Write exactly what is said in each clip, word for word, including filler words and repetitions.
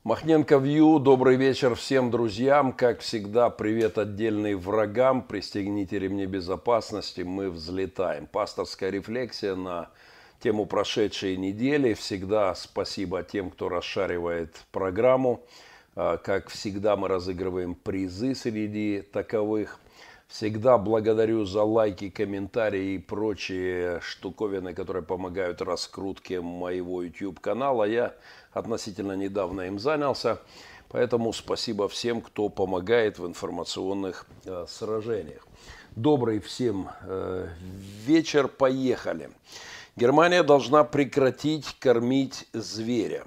Махненко Вью, добрый вечер всем друзьям. Как всегда, привет отдельный врагам. Пристегните ремни безопасности, мы взлетаем. Пасторская рефлексия на тему прошедшей недели. Всегда спасибо тем, кто расшаривает программу. Как всегда, мы разыгрываем призы среди таковых. Всегда благодарю за лайки, комментарии и прочие штуковины, которые помогают раскрутке моего YouTube-канала. Я относительно недавно им занялся, поэтому спасибо всем, кто помогает в информационных э, сражениях. Добрый всем э, вечер, поехали. Германия должна прекратить кормить зверя.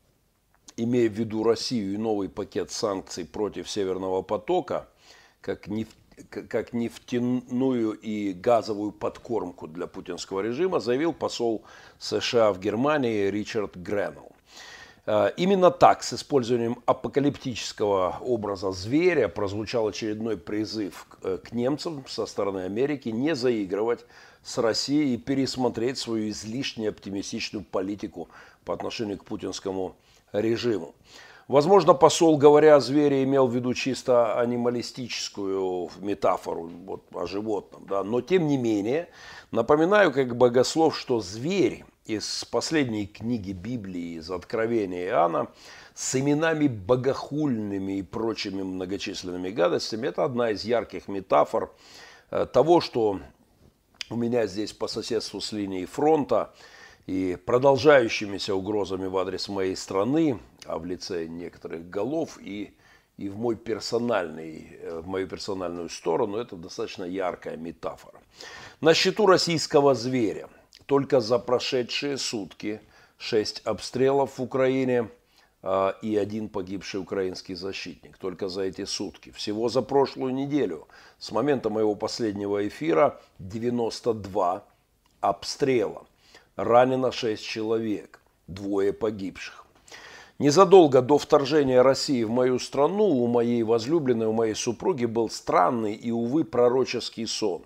Имея в виду Россию и новый пакет санкций против Северного потока, как нефть, как нефтяную и газовую подкормку для путинского режима, заявил посол США в Германии Ричард Гренелл. Именно так, с использованием апокалиптического образа зверя, прозвучал очередной призыв к немцам со стороны Америки не заигрывать с Россией и пересмотреть свою излишне оптимистичную политику по отношению к путинскому режиму. Возможно, посол, говоря о звере, имел в виду чисто анималистическую метафору, вот, о животном. Да? Но, тем не менее, напоминаю, как богослов, что зверь из последней книги Библии, из Откровения Иоанна, с именами богохульными и прочими многочисленными гадостями, это одна из ярких метафор того, что у меня здесь по соседству с линией фронта и продолжающимися угрозами в адрес моей страны, а в лице некоторых голов и, и в, мой персональный, в мою персональную сторону, это достаточно яркая метафора. На счету российского зверя только за прошедшие сутки шесть обстрелов в Украине а, и один погибший украинский защитник. Только за эти сутки. Всего за прошлую неделю, с момента моего последнего эфира, девяносто два обстрела. Ранено шесть человек, двое погибших. Незадолго до вторжения России в мою страну у моей возлюбленной, у моей супруги был странный и, увы, пророческий сон.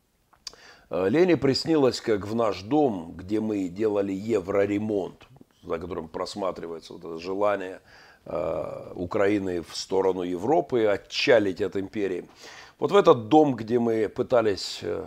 Лене приснилось, как в наш дом, где мы делали евроремонт, за которым просматривается вот это желание э, Украины в сторону Европы, отчалить от империи. Вот в этот дом, где мы пытались э,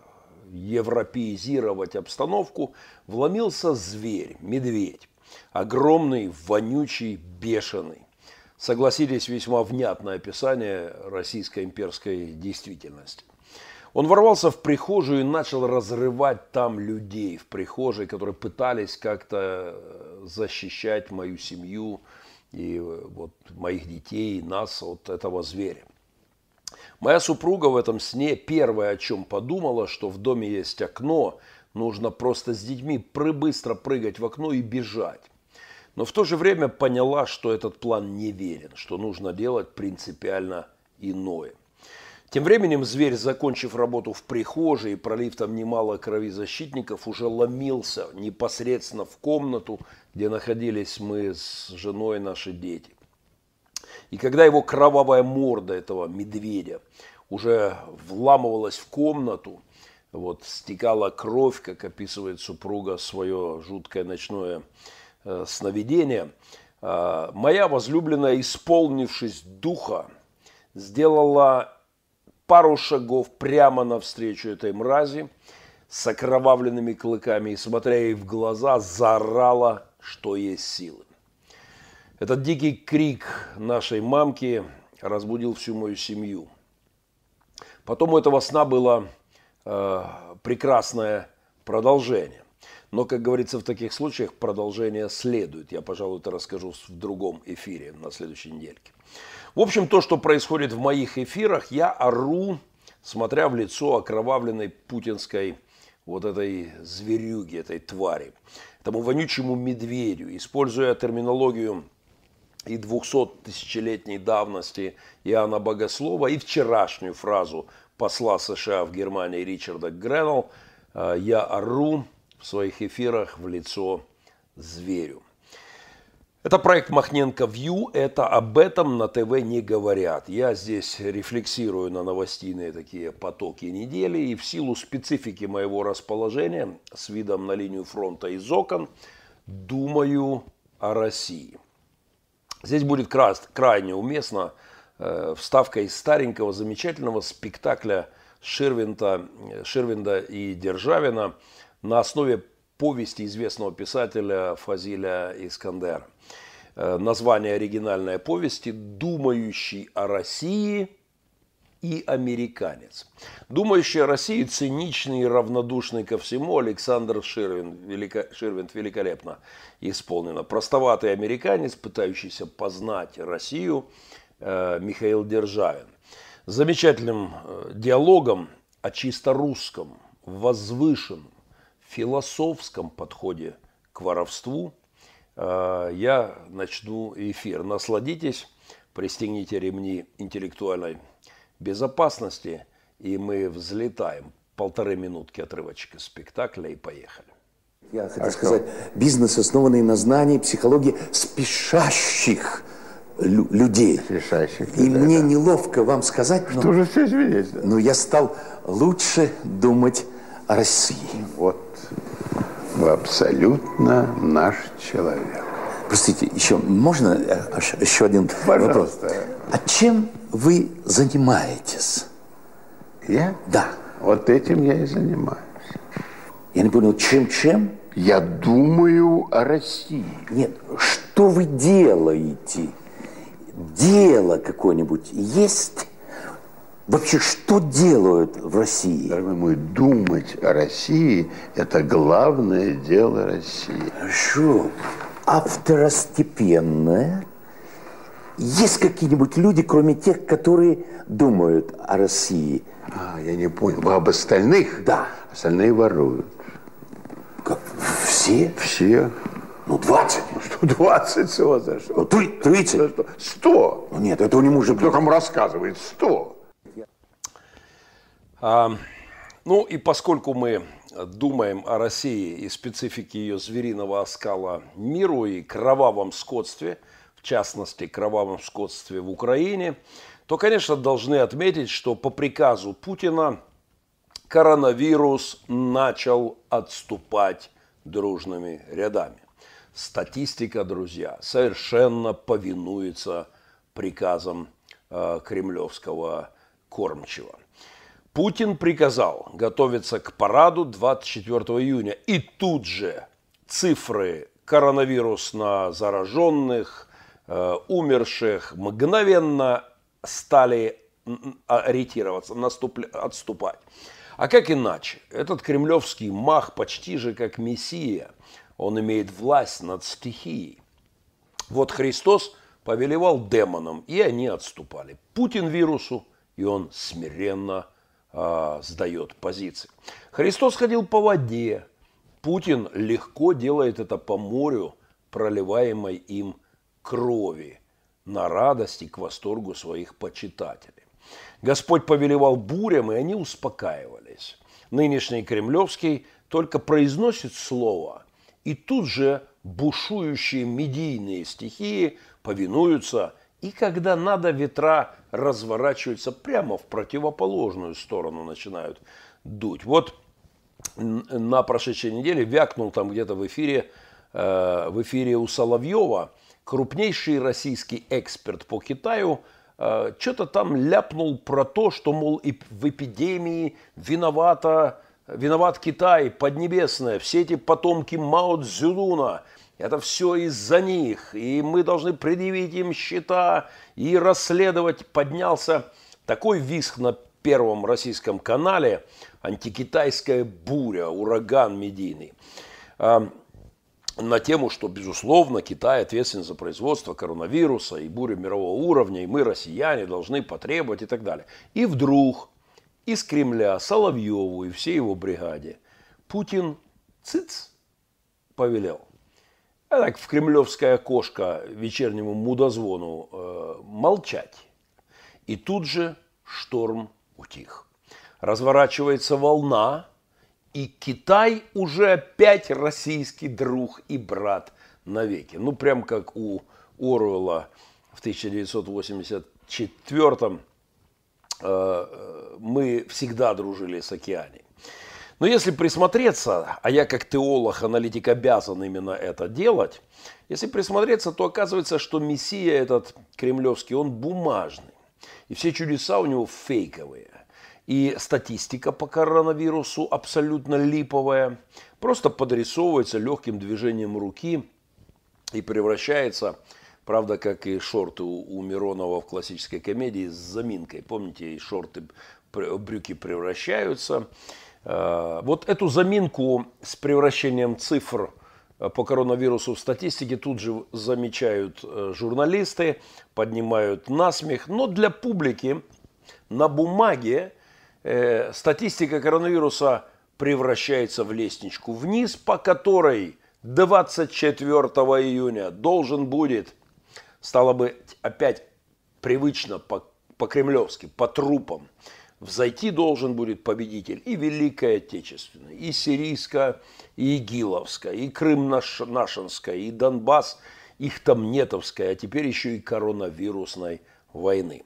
европеизировать обстановку, вломился зверь, медведь. Огромный, вонючий, бешеный. Согласитесь, весьма внятное описание российской имперской действительности. Он ворвался в прихожую и начал разрывать там людей в прихожей, которые пытались как-то защищать мою семью и вот моих детей, и нас от этого зверя. Моя супруга в этом сне первое, о чем подумала, что в доме есть окно, нужно просто с детьми быстро прыгать в окно и бежать. Но в то же время поняла, что этот план неверен, что нужно делать принципиально иное. Тем временем зверь, закончив работу в прихожей и пролив там немало крови защитников, уже ломился непосредственно в комнату, где находились мы с женой и наши дети. И когда его кровавая морда этого медведя уже вламывалась в комнату, вот, стекала кровь, как описывает супруга свое жуткое ночное э, сновидение, э, моя возлюбленная, исполнившись духа, сделала пару шагов прямо навстречу этой мрази с окровавленными клыками и, смотря ей в глаза, заорала, что есть силы. Этот дикий крик нашей мамки разбудил всю мою семью. Потом у этого сна было э, прекрасное продолжение. Но, как говорится, в таких случаях продолжение следует. Я, пожалуй, это расскажу в другом эфире на следующей недельке. В общем, то, что происходит в моих эфирах, я ору, смотря в лицо окровавленной путинской вот этой зверюги, этой твари, этому вонючему медведю, используя терминологию и двухсоттысячелетней давности Иоанна Богослова, и вчерашнюю фразу посла США в Германии Ричарда Гренелл, я ору в своих эфирах в лицо зверю. Это проект Махненко Вью, это об этом на ТВ не говорят. Я здесь рефлексирую на новостные такие потоки недели, и в силу специфики моего расположения с видом на линию фронта из окон думаю о России. Здесь будет крайне уместно э, вставка из старенького замечательного спектакля Ширвинда, Ширвинда и Державина на основе повести известного писателя Фазиля Искандера. Э, название оригинальной повести «Думающий о России и американец». Думающий о России, циничный и равнодушный ко всему, Александр Ширвин, велико, Ширвинд великолепно исполнено. Простоватый американец, пытающийся познать Россию, э, Михаил Державин. Замечательным э, диалогом о чисто русском, возвышенном, философском подходе к воровству э, я начну эфир. Насладитесь, пристегните ремни интеллектуальной безопасности, и мы взлетаем. Полторы минутки отрывочка спектакля и поехали. Я хотел а сказать, что? Бизнес, основанный на знании психологии спешащих лю людей. Спешащих. И да, мне да. неловко вам сказать, но, что же все извинись, да? но я стал лучше думать о России. Вот, вы абсолютно наш человек. Простите, еще можно еще один Пожалуйста. вопрос? А чем вы занимаетесь? Я? Да. Вот этим я и занимаюсь. Я не понял, чем-чем? Я думаю о России. Нет, что вы делаете? Дело какое-нибудь есть? Вообще, что делают в России? Дорогой мой, думать о России – это главное дело России. Хорошо. А второстепенное? Есть какие-нибудь люди, кроме тех, которые думают о России? А, я не понял. Вы об остальных? Да. Остальные воруют. Как? Все? Все. Ну, двадцать. Ну, что двадцать? Всего за что? Ну, тридцать. Сто. Ну, нет, это не может быть. Кто кому рассказывает? Сто. А, ну, и поскольку мы думаем о России и специфике ее звериного оскала миру и кровавом скотстве, в частности, кровавом скотстве в Украине, то, конечно, должны отметить, что по приказу Путина коронавирус начал отступать дружными рядами. Статистика, друзья, совершенно повинуется приказам э, кремлевского кормчего. Путин приказал готовиться к параду двадцать четвёртого июня. И тут же цифры коронавирусно зараженных, э, умерших мгновенно стали ориентироваться, наступ... отступать. А как иначе? Этот кремлевский мах почти же как мессия. Он имеет власть над стихией. Вот Христос повелевал демонам, и они отступали. Путин вирусу, и он смиренно э, сдает позиции. Христос ходил по воде. Путин легко делает это по морю, проливаемой им крови, на радость и к восторгу своих почитателей. Господь повелевал бурям, и они успокаивались. Нынешний кремлевский только произносит слово, и тут же бушующие медийные стихии повинуются, и когда надо, ветра разворачиваются прямо в противоположную сторону, начинают дуть. Вот на прошедшей неделе вякнул там где-то в эфире, э, в эфире у Соловьева крупнейший российский эксперт по Китаю, э, что-то там ляпнул про то, что, мол, и в эпидемии виновата, виноват Китай, Поднебесная, все эти потомки Мао Цзэдуна. Это все из-за них, и мы должны предъявить им счета и расследовать. Поднялся такой визг на Первом российском канале, антикитайская буря, ураган медийный, на тему, что, безусловно, Китай ответственен за производство коронавируса и бурю мирового уровня, и мы, россияне, должны потребовать и так далее. И вдруг из Кремля Соловьеву и всей его бригаде Путин цыц повелел. А так в кремлевское окошко вечернему мудозвону э, молчать. И тут же шторм утих. Разворачивается волна, и Китай уже опять российский друг и брат навеки. Ну, прям как у Оруэлла в тысяча девятьсот восемьдесят четвёртом э, мы всегда дружили с Океанией. Но если присмотреться, а я как теолог, аналитик обязан именно это делать, если присмотреться, то оказывается, что Мессия этот кремлевский, он бумажный. И все чудеса у него фейковые. И статистика по коронавирусу абсолютно липовая. Просто подрисовывается легким движением руки и превращается, правда, как и шорты у, у Миронова в классической комедии, с заминкой. Помните, и шорты, брюки превращаются. Вот эту заминку с превращением цифр по коронавирусу в статистике тут же замечают журналисты, поднимают насмех. Но для публики на бумаге э, статистика коронавируса превращается в лестничку вниз, по которой двадцать четвёртого июня должен будет, стало бы опять привычно по, по-кремлевски, по трупам, взойти должен будет победитель и Великой Отечественной, и Сирийская, и Игиловская, и Крым-Нашинская, и Донбасс, Ихтамнетовская, а теперь еще и коронавирусной войны.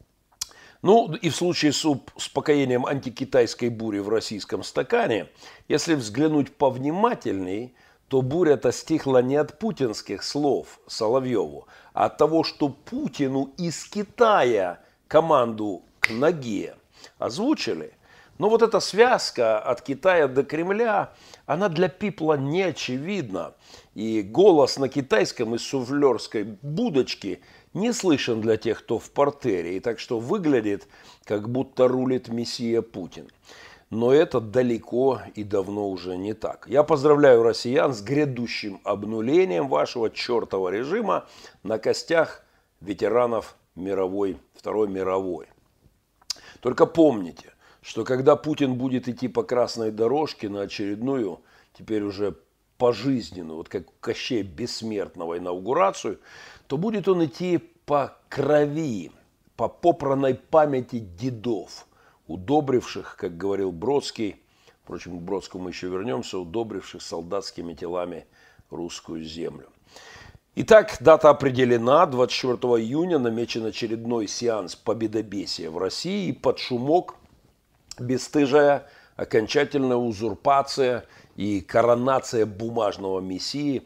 Ну и в случае с успокоением антикитайской бури в российском стакане, если взглянуть повнимательней, то буря-то стихла не от путинских слов Соловьеву, а от того, что Путину из Китая команду к ноге озвучили. Но вот эта связка от Китая до Кремля, она для пипла не очевидна. И голос на китайском из суфлерской будочки не слышен для тех, кто в портере. И так что выглядит, как будто рулит мессия Путин. Но это далеко и давно уже не так. Я поздравляю россиян с грядущим обнулением вашего чертова режима на костях ветеранов мировой, Второй мировой. Только помните, что когда Путин будет идти по красной дорожке на очередную, теперь уже пожизненную, вот как у Кощея Бессмертного, инаугурацию, то будет он идти по крови, по попранной памяти дедов, удобривших, как говорил Бродский, впрочем, к Бродскому мы еще вернемся, удобривших солдатскими телами русскую землю. Итак, дата определена. двадцать четвёртого июня намечен очередной сеанс победобесия в России. И под шумок бесстыжая окончательная узурпация и коронация бумажного мессии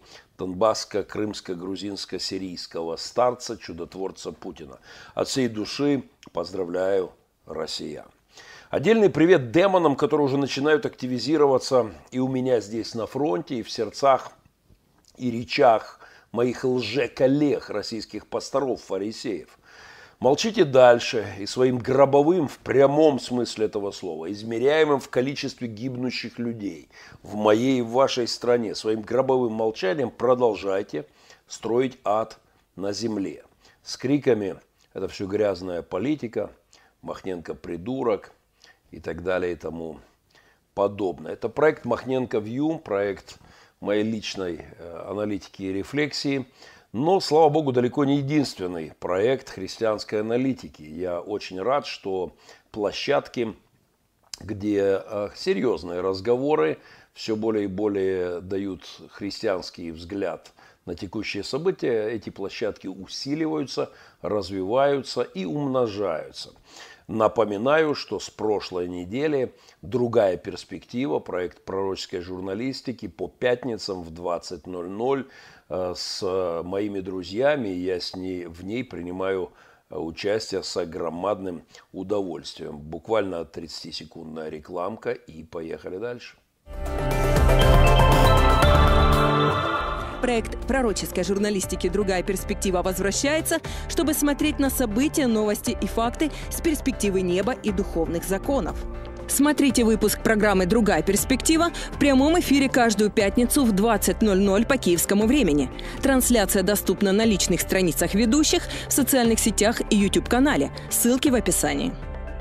донбасско-крымско-грузинско-сирийского старца, чудотворца Путина. От всей души поздравляю россиян. Отдельный привет демонам, которые уже начинают активизироваться и у меня здесь на фронте, и в сердцах, и речах моих лже-коллег, российских пасторов, фарисеев. Молчите дальше и своим гробовым, в прямом смысле этого слова, измеряемым в количестве гибнущих людей в моей и в вашей стране, своим гробовым молчанием продолжайте строить ад на земле. С криками «это все грязная политика», «Махненко придурок» и так далее и тому подобное. Это проект Махненко View, проект моей личной аналитики и рефлексии. Но, слава богу, далеко не единственный проект христианской аналитики. Я очень рад, что площадки, где серьезные разговоры все более и более дают христианский взгляд на текущие события, эти площадки усиливаются, развиваются и умножаются. Напоминаю, что с прошлой недели «Другая перспектива», проект пророческой журналистики по пятницам в двадцать ноль ноль с моими друзьями. Я с ней, в ней принимаю участие с громадным удовольствием. Буквально тридцатисекундная рекламка и поехали дальше. Проект пророческой журналистики «Другая перспектива» возвращается, чтобы смотреть на события, новости и факты с перспективы неба и духовных законов. Смотрите выпуск программы «Другая перспектива» в прямом эфире каждую пятницу в двадцать ноль ноль по киевскому времени. Трансляция доступна на личных страницах ведущих, в социальных сетях и YouTube-канале. Ссылки в описании.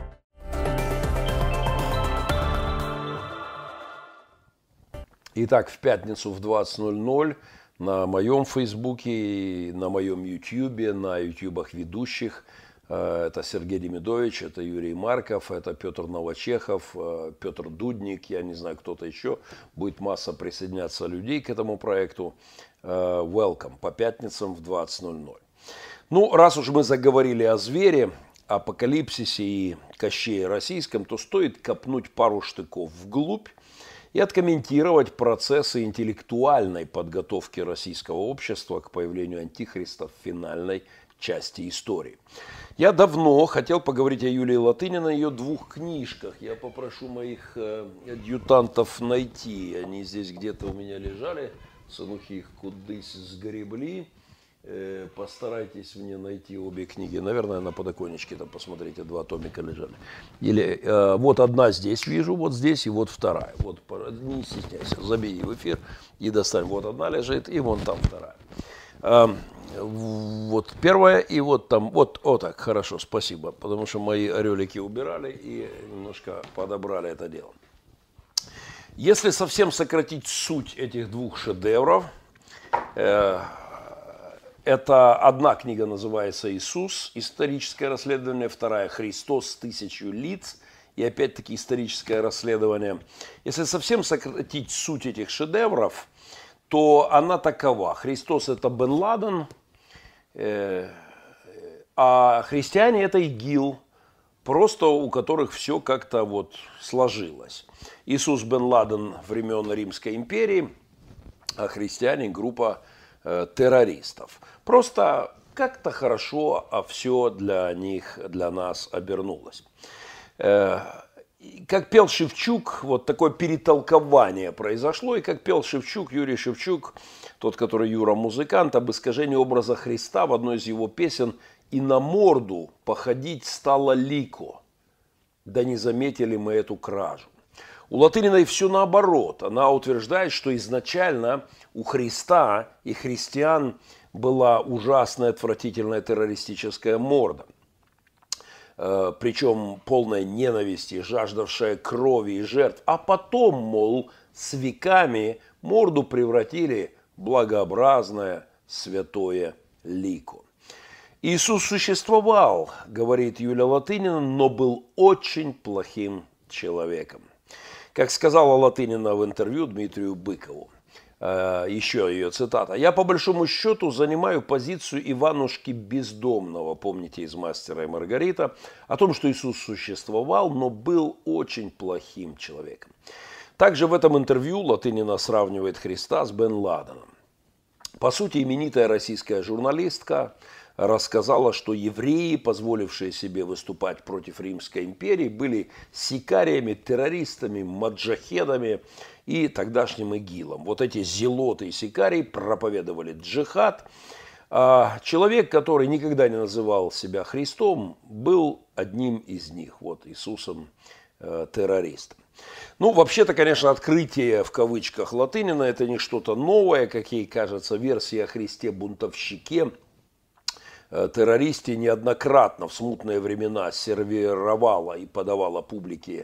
Итак, в пятницу в двадцать ноль ноль на моем Фейсбуке, на моем Ютьюбе, на Ютьюбах ведущих. Это Сергей Демидович, это Юрий Марков, это Петр Новочехов, Петр Дудник, я не знаю, кто-то еще. Будет масса присоединяться людей к этому проекту. Welcome по пятницам в двадцать ноль ноль. Ну, раз уж мы заговорили о звере, апокалипсисе и Кощее российском, то стоит копнуть пару штыков вглубь и откомментировать процессы интеллектуальной подготовки российского общества к появлению антихриста в финальной части истории. Я давно хотел поговорить о Юлии Латыниной, ее двух книжках. Я попрошу моих адъютантов найти. Они здесь где-то у меня лежали. Сынухи их кудысь сгребли. Постарайтесь мне найти обе книги. Наверное, на подоконничке там, посмотрите, два томика лежали. Или э, вот одна здесь вижу, вот здесь, и вот вторая. Вот, не стесняйся, забей в эфир и достань. Вот одна лежит, и вон там вторая. Э, вот первая, и вот там, вот, вот так, хорошо, спасибо. Потому что мои орелики убирали и немножко подобрали это дело. Если совсем сократить суть этих двух шедевров, э, это одна книга называется «Иисус. Историческое расследование», вторая «Христос. Тысячу лиц». И опять-таки историческое расследование. Если совсем сократить суть этих шедевров, то она такова. Христос – это Бен Ладен, э, а христиане – это ИГИЛ, просто у которых все как-то вот сложилось. Иисус Бен Ладен времен Римской империи, а христиане – группа террористов. Просто как-то хорошо, а все для них, для нас обернулось. Как пел Шевчук, вот такое перетолкование произошло, и как пел Шевчук, Юрий Шевчук, тот, который Юра музыкант, об искажении образа Христа в одной из его песен: «И на морду походить стало лико, да не заметили мы эту кражу». У Латыниной все наоборот. Она утверждает, что изначально у Христа и христиан была ужасная, отвратительная террористическая морда. Причем полная ненависти, жаждавшая крови и жертв. А потом, мол, с веками морду превратили в благообразное святое лико. Иисус существовал, говорит Юлия Латынина, но был очень плохим человеком. Как сказала Латынина в интервью Дмитрию Быкову, э, еще ее цитата: «Я по большому счету занимаю позицию Иванушки Бездомного», помните из «Мастера и Маргарита», о том, что Иисус существовал, но был очень плохим человеком. Также в этом интервью Латынина сравнивает Христа с Бен Ладеном. По сути, именитая российская журналистка рассказала, что евреи, позволившие себе выступать против Римской империи, были сикариями, террористами, маджахедами и тогдашним ИГИЛом. Вот эти зелоты и сикарии проповедовали джихад. А человек, который никогда не называл себя Христом, был одним из них, вот Иисусом э, террористом. Ну, вообще-то, конечно, открытие в кавычках Латынина – это не что-то новое, как ей кажется, версия о Христе-бунтовщике. Террористы неоднократно в смутные времена сервировала и подавала публике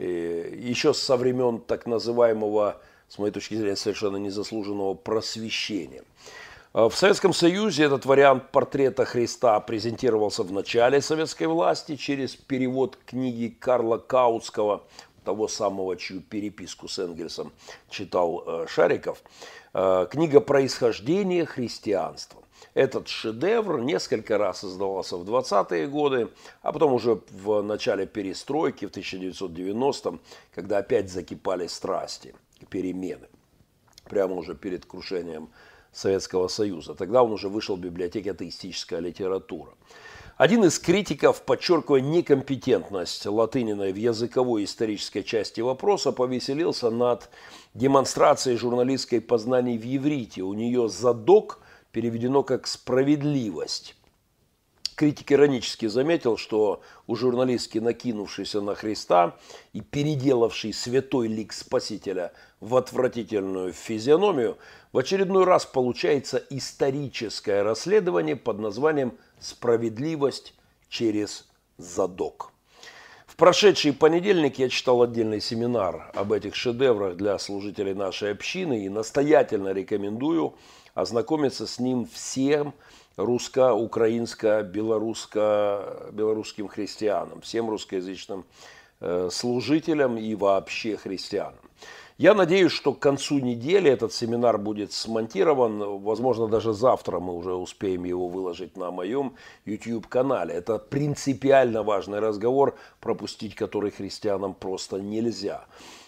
еще со времен так называемого, с моей точки зрения, совершенно незаслуженного просвещения. В Советском Союзе этот вариант портрета Христа презентировался в начале советской власти через перевод книги Карла Каутского, того самого, чью переписку с Энгельсом читал Шариков. Книга «Происхождение христианства». Этот шедевр несколько раз издавался в двадцатые годы, а потом уже в начале перестройки, в тысяча девятьсот девяностом, когда опять закипали страсти, перемены, прямо уже перед крушением Советского Союза. Тогда он уже вышел в библиотеке «Атеистическая литература». Один из критиков, подчеркивая некомпетентность Латыниной в языковой и исторической части вопроса, повеселился над демонстрацией журналистской познаний в иврите. У нее задок переведено как «справедливость». Критик иронически заметил, что у журналистки, накинувшейся на Христа и переделавшей святой лик Спасителя в отвратительную физиономию, в очередной раз получается историческое расследование под названием «Справедливость через задок». В прошедший понедельник я читал отдельный семинар об этих шедеврах для служителей нашей общины и настоятельно рекомендую ознакомиться с ним всем русско-, украинско-, белорусско-, белорусским христианам, всем русскоязычным э, служителям и вообще христианам. Я надеюсь, что к концу недели этот семинар будет смонтирован. Возможно, даже завтра мы уже успеем его выложить на моем YouTube-канале. Это принципиально важный разговор, пропустить который христианам просто нельзя.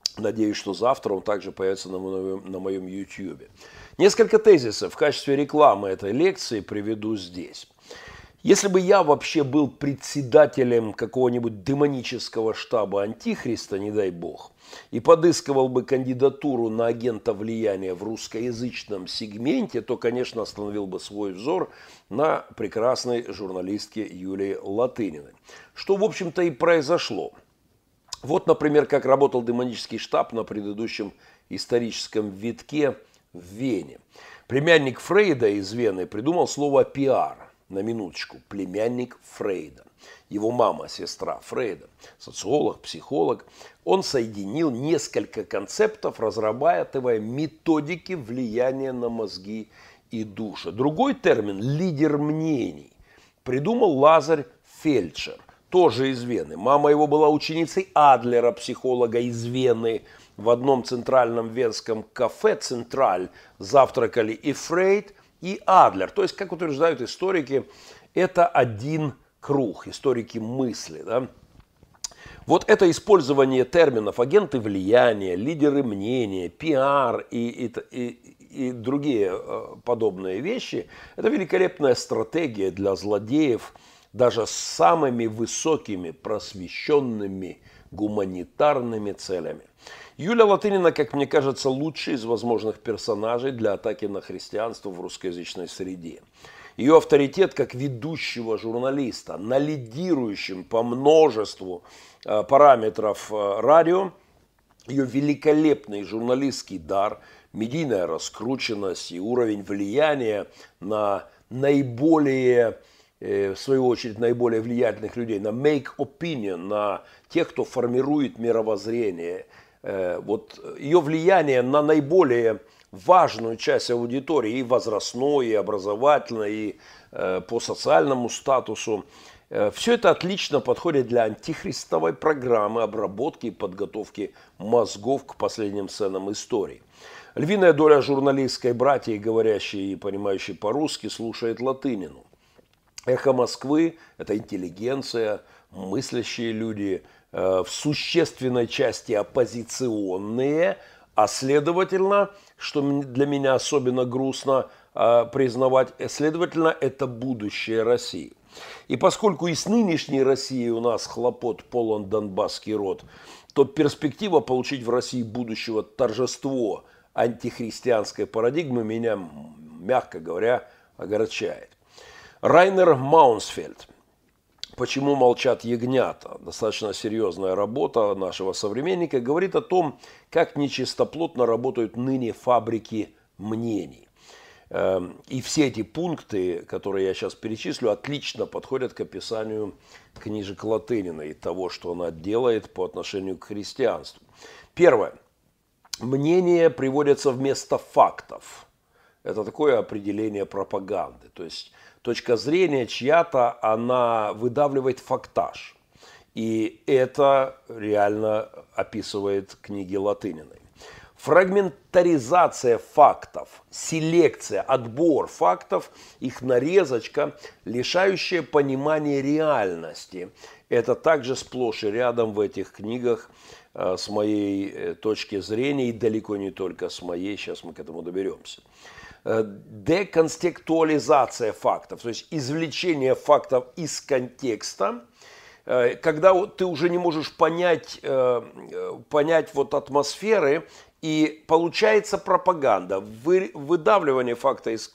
Надеюсь, что завтра он также появится на моем, на моем YouTube. Несколько тезисов в качестве рекламы этой лекции приведу здесь. Если бы я вообще был председателем какого-нибудь демонического штаба Антихриста, не дай бог, и подыскивал бы кандидатуру на агента влияния в русскоязычном сегменте, то, конечно, остановил бы свой взор на прекрасной журналистке Юлии Латыниной. Что, в общем-то, и произошло. Вот, например, как работал демонический штаб на предыдущем историческом витке в Вене. Племянник Фрейда из Вены придумал слово «пиар». На минуточку, племянник Фрейда. Его мама, сестра Фрейда, социолог, психолог. Он соединил несколько концептов, разрабатывая методики влияния на мозги и души. Другой термин – лидер мнений. Придумал Лазарь Фельдшер, тоже из Вены. Мама его была ученицей Адлера, психолога из Вены. В одном центральном венском кафе «Централь» завтракали и Фрейд, и Адлер. То есть, как утверждают историки, это один круг, историки мысли. Да? Вот это использование терминов агенты влияния, лидеры мнения, пиар и, и, и, и другие подобные вещи, это великолепная стратегия для злодеев даже с самыми высокими просвещенными гуманитарными целями. Юлия Латынина, как мне кажется, лучший из возможных персонажей для атаки на христианство в русскоязычной среде. Ее авторитет как ведущего журналиста на лидирующем по множеству э, параметров э, радио, ее великолепный журналистский дар, медийная раскрученность и уровень влияния на наиболее, э, в свою очередь, наиболее влиятельных людей, на make opinion, на тех, кто формирует мировоззрение. Вот ее влияние на наиболее важную часть аудитории, и возрастной, и образовательной, и э, по социальному статусу, э, все это отлично подходит для антихристовой программы обработки и подготовки мозгов к последним сценам истории. Львиная доля журналистской братьи, говорящей и понимающей по-русски, слушает Латынину. «Эхо Москвы» – это интеллигенция, мыслящие люди, в существенной части оппозиционные, а следовательно, что для меня особенно грустно признавать, следовательно, это будущее России. И поскольку и с нынешней Россией у нас хлопот полон донбасский род, то перспектива получить в России будущего торжество антихристианской парадигмы меня, мягко говоря, огорчает. Райнер Маунсфельд. «Почему молчат ягнята?» Достаточно серьезная работа нашего современника говорит о том, как нечистоплотно работают ныне фабрики мнений. И все эти пункты, которые я сейчас перечислю, отлично подходят к описанию книжек Латыниной и того, что она делает по отношению к христианству. Первое. Мнения приводятся вместо фактов. Это такое определение пропаганды. То есть точка зрения чья-то, она выдавливает фактаж. И это реально описывает книги Латыниной. Фрагментаризация фактов, селекция, отбор фактов, их нарезочка, лишающая понимания реальности. Это также сплошь и рядом в этих книгах с моей точки зрения, и далеко не только с моей, сейчас мы к этому доберемся. Деконтекстуализация фактов, то есть извлечение фактов из контекста, когда ты уже не можешь понять, понять вот атмосферы, и получается пропаганда, выдавливание факта из,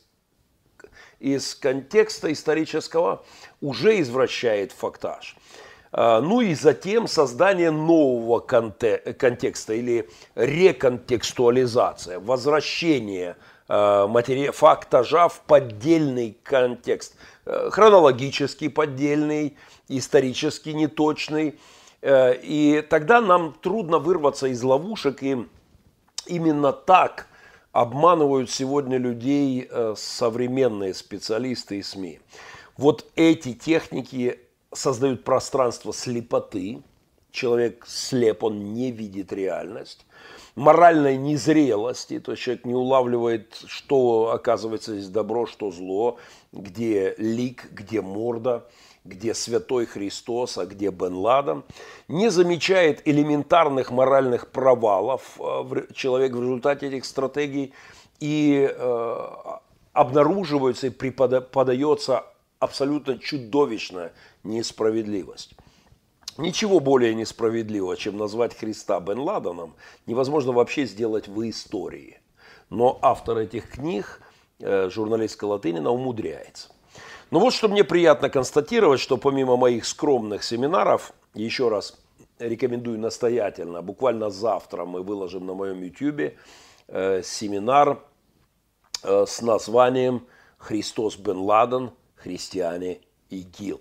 из контекста исторического уже извращает фактаж. Ну и затем создание нового контекста или реконтекстуализация, возвращение матери... фактажа в поддельный контекст, хронологически поддельный, исторически неточный. И тогда нам трудно вырваться из ловушек, и именно так обманывают сегодня людей современные специалисты и СМИ. Вот эти техники создают пространство слепоты. Человек слеп, он не видит реальность. Моральной незрелости, то есть человек не улавливает, что оказывается здесь добро, что зло, где лик, где морда. где святой Христос, а где Бен Ладен, не замечает элементарных моральных провалов человек в результате этих стратегий, и э, обнаруживается и преподается абсолютно чудовищная несправедливость. Ничего более несправедливого, чем назвать Христа Бен Ладеном, невозможно вообще сделать в истории. Но автор этих книг, э, журналистка Латынина, умудряется. Но вот что мне приятно констатировать, что помимо моих скромных семинаров, еще раз рекомендую настоятельно, буквально завтра мы выложим на моем ютубе э, семинар э, с названием «Христос Бен Ладен, христиане ИГИЛ».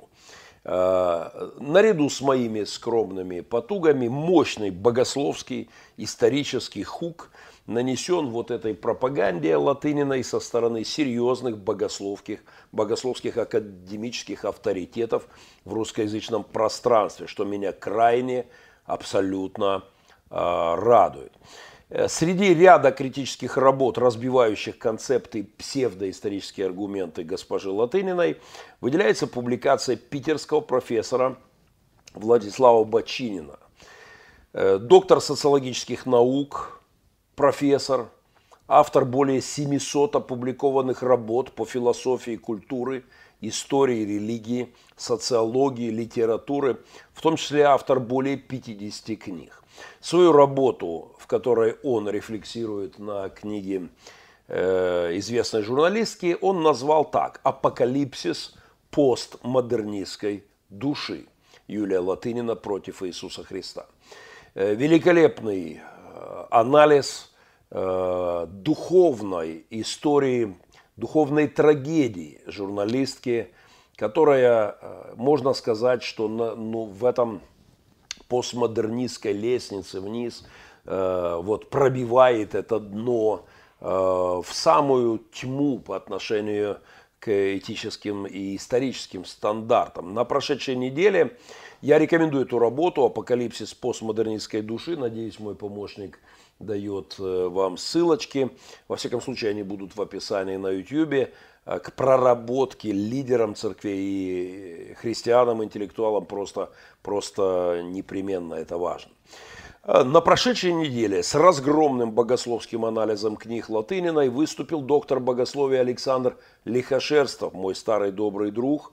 Э, наряду с моими скромными потугами мощный богословский исторический хук нанесен вот этой пропаганде Латыниной со стороны серьезных богословских, богословских академических авторитетов в русскоязычном пространстве, что меня крайне абсолютно э, радует. Среди ряда критических работ, разбивающих концепты псевдоисторические аргументы госпожи Латыниной, выделяется публикация питерского профессора Владислава Бочинина, э, доктор социологических наук, профессор, автор более семисот опубликованных работ по философии культуры, истории религии, социологии, литературы, в том числе автор более пятидесяти книг. Свою работу, в которой он рефлексирует на книге э, известной журналистки, он назвал так: «Апокалипсис постмодернистской души. Юлия Латынина против Иисуса Христа». Э, великолепный анализ э, духовной истории, духовной трагедии журналистки, которая, э, можно сказать, что на, ну, в этом постмодернистской лестнице вниз э, вот, пробивает это дно э, в самую тьму по отношению к этическим и историческим стандартам. На прошедшей неделе я рекомендую эту работу «Апокалипсис постмодернистской души». Надеюсь, мой помощник дает вам ссылочки. Во всяком случае, они будут в описании на ютубе. К проработке лидерам церквей и христианам, интеллектуалам просто, просто непременно это важно. На прошедшей неделе с разгромным богословским анализом книг Латыниной выступил доктор богословия Александр Лихошерстов, мой старый добрый друг,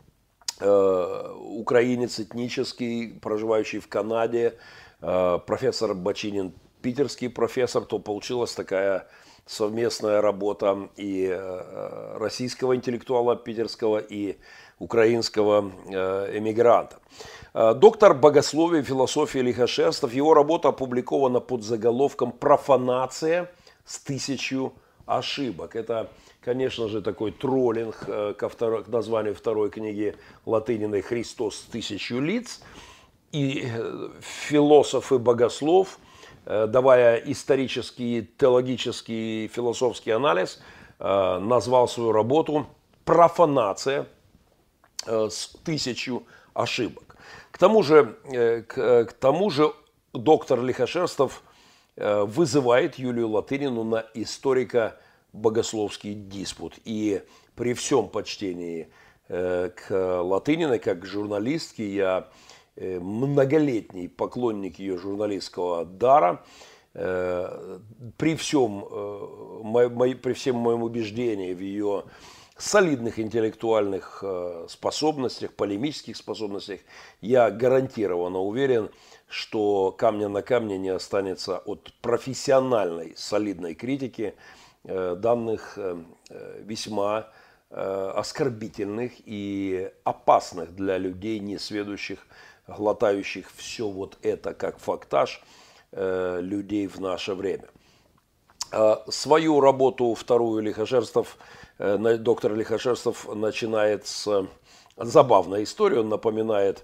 украинец этнический, проживающий в Канаде, профессор Бочинин, питерский профессор, то получилась такая совместная работа и российского интеллектуала питерского, и украинского эмигранта. Доктор богословия и философии Лихошерстов, его работа опубликована под заголовком «Профанация с тысячью ошибок». Это, конечно же, такой троллинг ко второй, к названию второй книги Латыниной «Христос с тысячью лиц». И философ и богослов, давая исторический, теологический, философский анализ, назвал свою работу «Профанация с тысячью ошибок». К тому же, к, к тому же доктор Лихошерстов вызывает Юлию Латынину на историко-богословский диспут. И при всем почтении к Латыниной, как к журналистке, я многолетний поклонник ее журналистского дара, при всем, при всем моем убеждении в ее солидных интеллектуальных способностях, полемических способностях, я гарантированно уверен, что камня на камне не останется от профессиональной солидной критики данных весьма оскорбительных и опасных для людей, несведущих, глотающих все вот это как фактаж людей в наше время. Свою работу вторую Лихошерстов, доктор Лихошерстов начинает с забавной истории. Он напоминает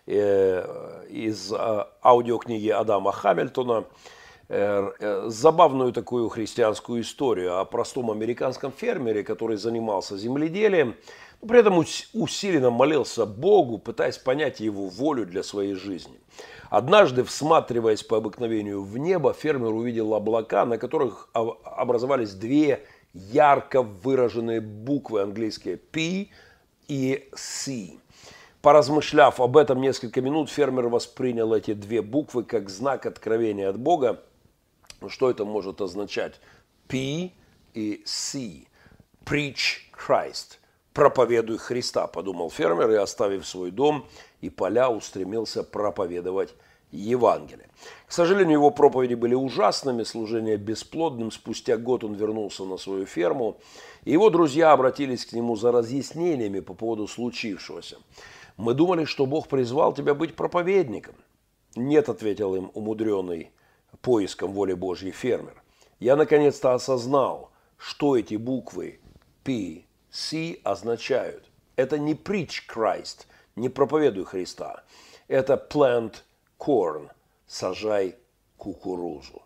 из аудиокниги Адама Хамильтона забавную такую христианскую историю о простом американском фермере, который занимался земледелием, но при этом усиленно молился Богу, пытаясь понять его волю для своей жизни. Однажды, всматриваясь по обыкновению в небо, фермер увидел облака, на которых образовались две ярко выраженные буквы английские P и C. Поразмышляв об этом несколько минут, фермер воспринял эти две буквы как знак откровения от Бога. Что это может означать? P и C. Preach Christ. Проповедуй Христа, подумал фермер, и, оставив свой дом и поля, устремился проповедовать Евангелие. К сожалению, его проповеди были ужасными, служение бесплодным. Спустя год он вернулся на свою ферму, и его друзья обратились к нему за разъяснениями по поводу случившегося. «Мы думали, что Бог призвал тебя быть проповедником». «Нет», — ответил им умудренный поиском воли Божьей фермер. «Я наконец-то осознал, что эти буквы P, C означают. Это не preach Christ, не проповедуй Христа. Это plant corn, сажай кукурузу».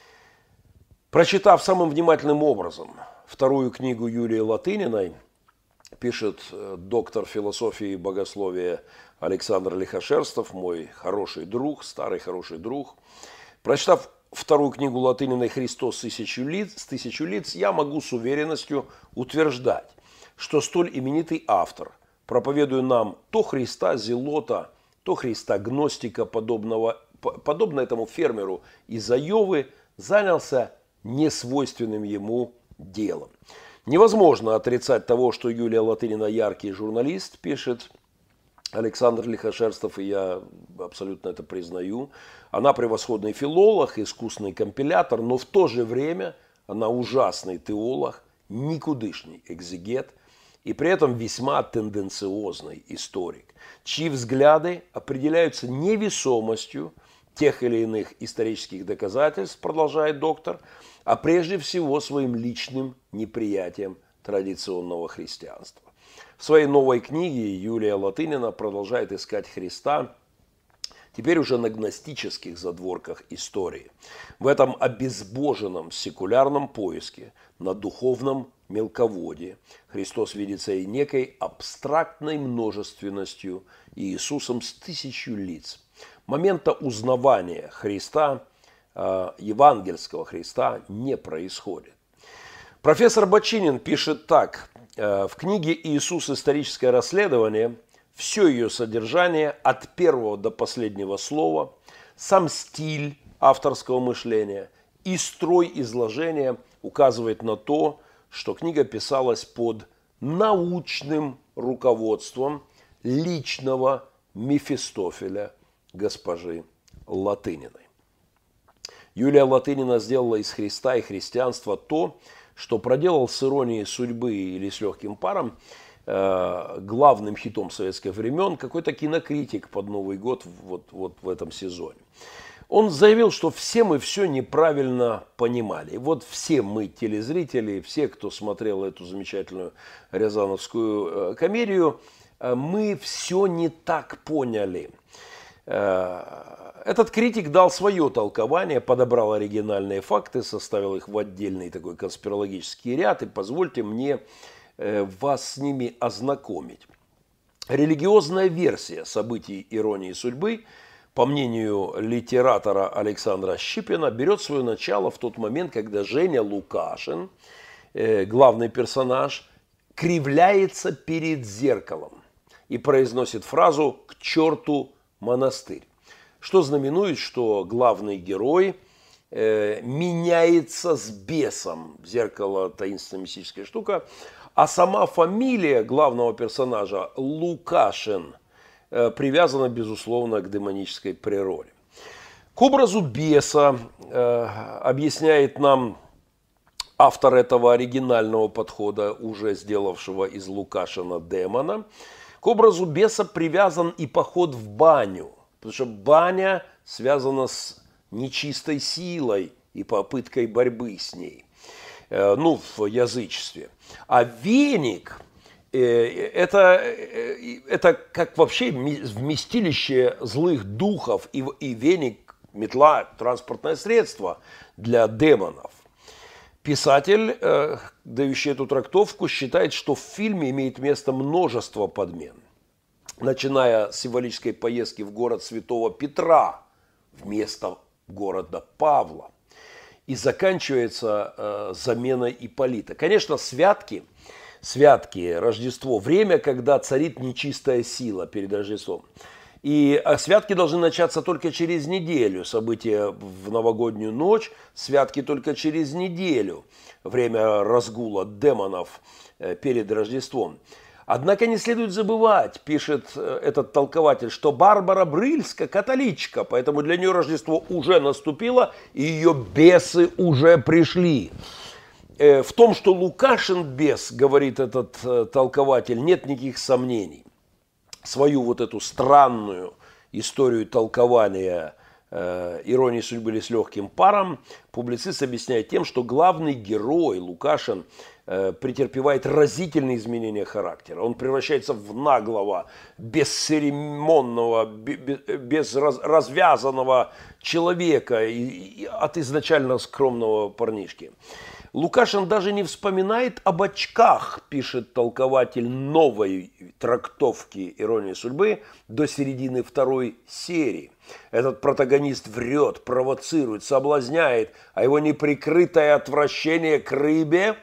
Прочитав самым внимательным образом вторую книгу Юлии Латыниной, пишет доктор философии и богословия Александр Лихошерстов, мой хороший друг, старый хороший друг. Прочитав вторую книгу Латыниной «Христос с тысячу лиц», с тысячу лиц, я могу с уверенностью утверждать, что столь именитый автор, проповедуя нам то Христа Зелота, то Христа Гностика, подобного, подобно этому фермеру из Айовы, занялся несвойственным ему делом. Невозможно отрицать того, что Юлия Латынина яркий журналист, пишет Александр Лихошерстов, и я абсолютно это признаю. Она превосходный филолог, искусный компилятор, но в то же время она ужасный теолог, никудышный экзегет и при этом весьма тенденциозный историк, чьи взгляды определяются невесомостью тех или иных исторических доказательств, продолжает доктор, а прежде всего своим личным неприятием традиционного христианства. В своей новой книге Юлия Латынина продолжает искать Христа, теперь уже на гностических задворках истории. В этом обезбоженном секулярном поиске, на духовном мелководье, Христос видится и некой абстрактной множественностью Иисусом с тысячу лиц. Момента узнавания Христа, евангельского Христа, не происходит. Профессор Бочинин пишет так. В книге «Иисус. Историческое расследование» все ее содержание от первого до последнего слова, сам стиль авторского мышления и строй изложения указывает на то, что книга писалась под научным руководством личного Мефистофеля госпожи Латыниной. Юлия Латынина сделала из Христа и христианства то, что проделал с иронией судьбы или с легким паром э, главным хитом советских времен какой-то кинокритик под Новый год вот, вот в этом сезоне. Он заявил, что все мы все неправильно понимали. Вот все мы, телезрители, все, кто смотрел эту замечательную рязановскую э, комедию, э, мы все не так поняли. Этот критик дал свое толкование, подобрал оригинальные факты, составил их в отдельный такой конспирологический ряд, и позвольте мне вас с ними ознакомить. Религиозная версия событий «Иронии судьбы», по мнению литератора Александра Щипина, берет свое начало в тот момент, когда Женя Лукашин, главный персонаж, кривляется перед зеркалом и произносит фразу «к черту монастырь», что знаменует, что главный герой э, меняется с бесом. Зеркало – таинственная мистическая штука. А сама фамилия главного персонажа Лукашин э, привязана, безусловно, к демонической природе. К образу беса э, объясняет нам автор этого оригинального подхода, уже сделавшего из Лукашина демона. К образу беса привязан и поход в баню, потому что баня связана с нечистой силой и попыткой борьбы с ней, ну, в язычестве. А веник это, это как вообще вместилище злых духов, и, и веник, метла, транспортное средство для демонов. Писатель, э, дающий эту трактовку, считает, что в фильме имеет место множество подмен, начиная с символической поездки в город Святого Петра вместо города Павла и заканчивается э, заменой Ипполита. Конечно, святки святки, Рождество, время, когда царит нечистая сила перед Рождеством. И святки должны начаться только через неделю, события в новогоднюю ночь, святки только через неделю, время разгула демонов перед Рождеством. Однако не следует забывать, пишет этот толкователь, что Барбара Брыльска католичка, поэтому для нее Рождество уже наступило, и ее бесы уже пришли. В том, что Лукашин бес, говорит этот толкователь, нет никаких сомнений. Свою вот эту странную историю толкования э, «Иронии судьбы» или «С легким паром» публицист объясняет тем, что главный герой Лукашин э, претерпевает разительные изменения характера. Он превращается в наглого, бесцеремонного, без раз, развязанного человека и, и от изначально скромного парнишки. Лукашин даже не вспоминает об очках, пишет толкователь новой трактовки «Иронии судьбы» до середины второй серии. Этот протагонист врет, провоцирует, соблазняет, а его неприкрытое отвращение к рыбе,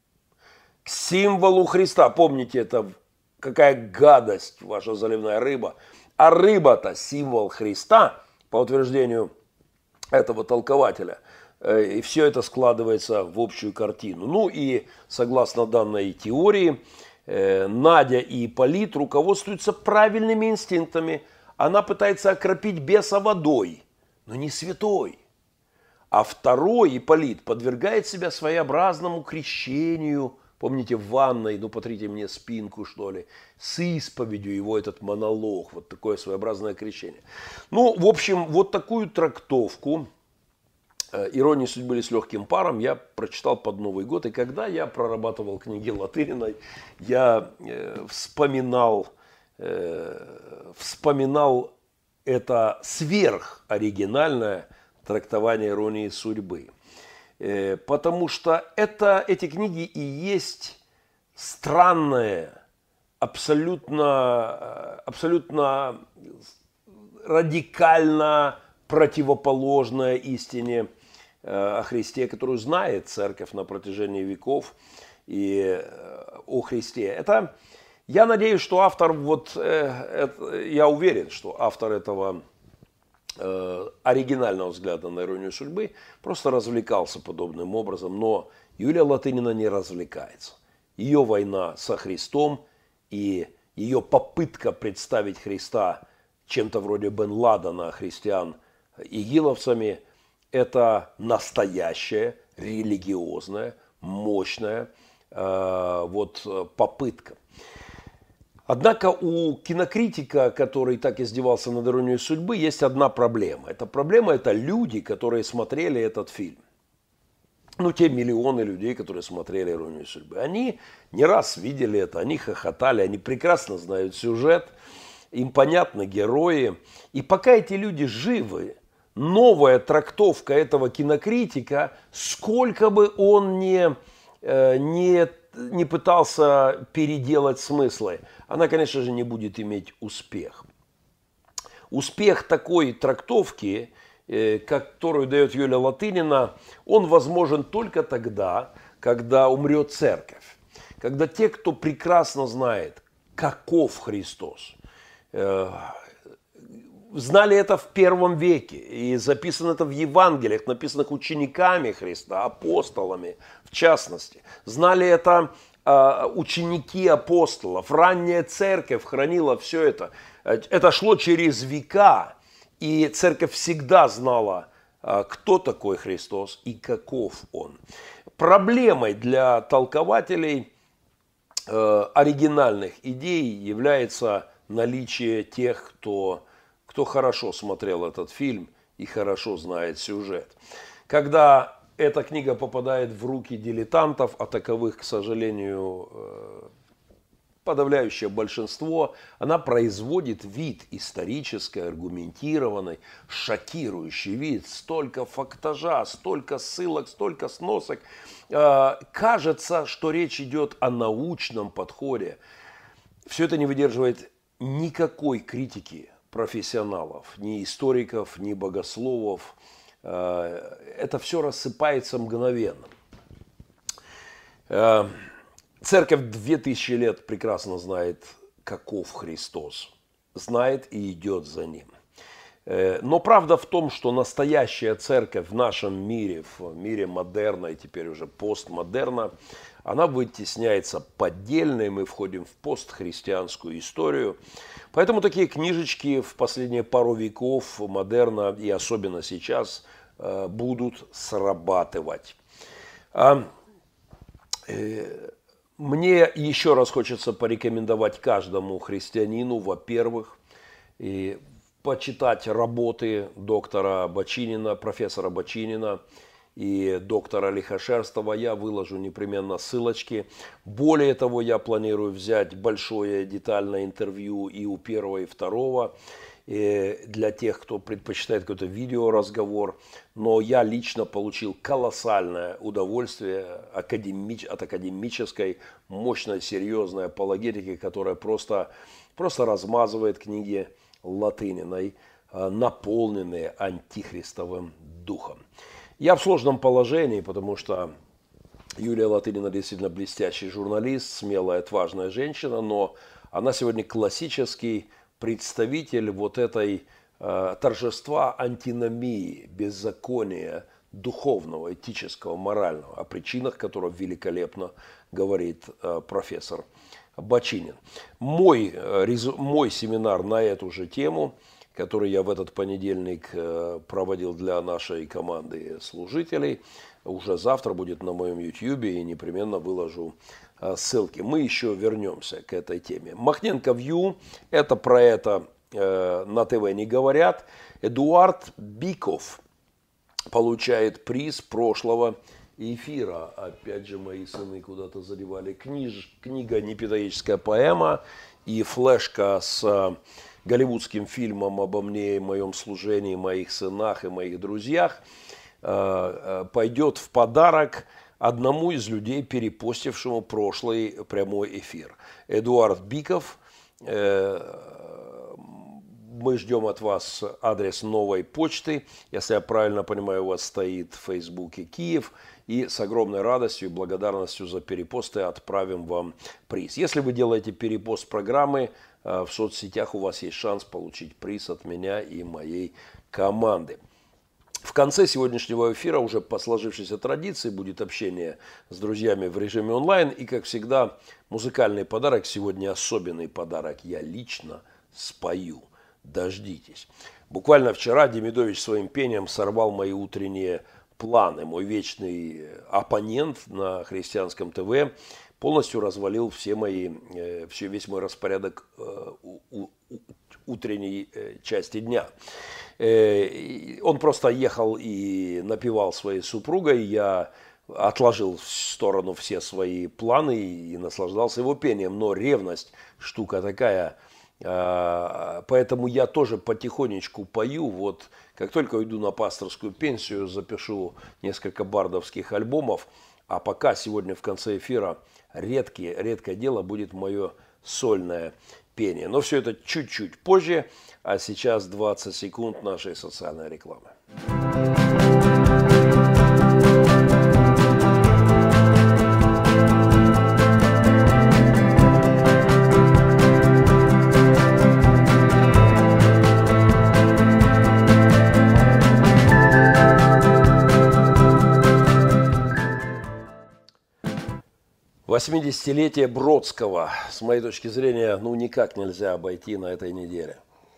к символу Христа. Помните, это какая гадость ваша заливная рыба. А рыба-то символ Христа, по утверждению этого толкователя. И все это складывается в общую картину. Ну и согласно данной теории, Надя и Ипполит руководствуются правильными инстинктами. Она пытается окропить беса водой, но не святой. А второй, Ипполит, подвергает себя своеобразному крещению. Помните, в ванной, ну потрите мне спинку, что ли, с исповедью его этот монолог. Вот такое своеобразное крещение. Ну, в общем, вот такую трактовку «Иронии судьбы» или «С легким паром» я прочитал под Новый год. И когда я прорабатывал книги Латыниной, я э, вспоминал, э, вспоминал это сверхоригинальное трактование «Иронии судьбы». Э, потому что это, эти книги и есть странное, абсолютно, абсолютно радикально противоположное истине о Христе, которую знает Церковь на протяжении веков, и о Христе. Это, я надеюсь, что автор, вот, э, это, я уверен, что автор этого э, оригинального взгляда на иронию судьбы просто развлекался подобным образом, но Юлия Латынина не развлекается. Ее война со Христом и ее попытка представить Христа чем-то вроде Бен Ладена, христиан, игиловцами, это настоящая, религиозная, мощная э, вот, попытка. Однако у кинокритика, который так издевался над «Иронией судьбы», есть одна проблема. Эта проблема – это люди, которые смотрели этот фильм. Ну, те миллионы людей, которые смотрели «Иронию судьбы». Они не раз видели это, они хохотали, они прекрасно знают сюжет, им понятны герои. И пока эти люди живы, новая трактовка этого кинокритика, сколько бы он ни, не, не пытался переделать смыслы, она, конечно же, не будет иметь успех. Успех такой трактовки, которую дает Юлия Латынина, он возможен только тогда, когда умрет церковь. Когда те, кто прекрасно знает, каков Христос, знали это в первом веке, и записано это в Евангелиях, написанных учениками Христа, апостолами в частности. Знали это э, ученики апостолов, ранняя церковь хранила все это. Это шло через века, и церковь всегда знала, э, кто такой Христос и каков Он. Проблемой для толкователей э, оригинальных идей является наличие тех, кто... кто хорошо смотрел этот фильм и хорошо знает сюжет. Когда эта книга попадает в руки дилетантов, а таковых, к сожалению, подавляющее большинство, она производит вид исторический, аргументированный, шокирующий вид. Столько фактажа, столько ссылок, столько сносок. Кажется, что речь идет о научном подходе. Все это не выдерживает никакой критики профессионалов, ни историков, ни богословов. Это все рассыпается мгновенно. Церковь две тысячи лет прекрасно знает, каков Христос, знает и идет за ним. Но правда в том, что настоящая церковь в нашем мире, в мире модерна и теперь уже постмодерна, она вытесняется поддельной, мы входим в постхристианскую историю. Поэтому такие книжечки в последние пару веков модерна и особенно сейчас будут срабатывать. Мне еще раз хочется порекомендовать каждому христианину, во-первых, и почитать работы доктора Бочинина, профессора Бочинина и доктора Лихошерстова. Я выложу непременно ссылочки. Более того, я планирую взять большое детальное интервью и у первого, и второго, и для тех, кто предпочитает какой-то видеоразговор. Но я лично получил колоссальное удовольствие академич... от академической, мощной, серьезной апологетики, которая просто, просто размазывает книги Латыниной, наполненные антихристовым духом. Я в сложном положении, потому что Юлия Латынина действительно блестящий журналист, смелая, отважная женщина, но она сегодня классический представитель вот этой э, торжества антиномии, беззакония духовного, этического, морального, о причинах которого великолепно говорит э, профессор Бочинин. Мой, э, резу, мой семинар на эту же тему, который я в этот понедельник э, проводил для нашей команды служителей, уже завтра будет на моем ютьюбе и непременно выложу ссылки. Мы еще вернемся к этой теме. Махненко Вью, это про это э, на ТВ не говорят. Эдуард Биков получает приз прошлого эфира. Опять же, мои сыны куда-то заливали. Книж, книга «Непедагогическая поэма» и флешка с голливудским фильмом обо мне и моем служении, моих сынах и моих друзьях э, э, пойдет в подарок одному из людей, перепостившему прошлый прямой эфир. Эдуард Биков, э, мы ждем от вас адрес новой почты. Если я правильно понимаю, у вас стоит в Фейсбуке Киев. И с огромной радостью и благодарностью за перепосты отправим вам приз. Если вы делаете перепост программы э, в соцсетях, у вас есть шанс получить приз от меня и моей команды. В конце сегодняшнего эфира уже по сложившейся традиции будет общение с друзьями в режиме онлайн. И, как всегда, музыкальный подарок. Сегодня особенный подарок. Я лично спою. Дождитесь. Буквально вчера Демидович своим пением сорвал мои утренние планы. Мой вечный оппонент на христианском ТВ полностью развалил все мои, все, весь мой распорядок утренней части дня. Он просто ехал и напевал своей супругой. Я отложил в сторону все свои планы и наслаждался его пением. Но ревность штука такая. Поэтому я тоже потихонечку пою. Вот как только уйду на пасторскую пенсию, запишу несколько бардовских альбомов. А пока сегодня в конце эфира редкие, редкое дело будет мое сольное пение. Но все это чуть-чуть позже. А сейчас двадцать секунд нашей социальной рекламы. восьмидесятилетие Бродского, с моей точки зрения, ну никак нельзя обойти на этой неделе.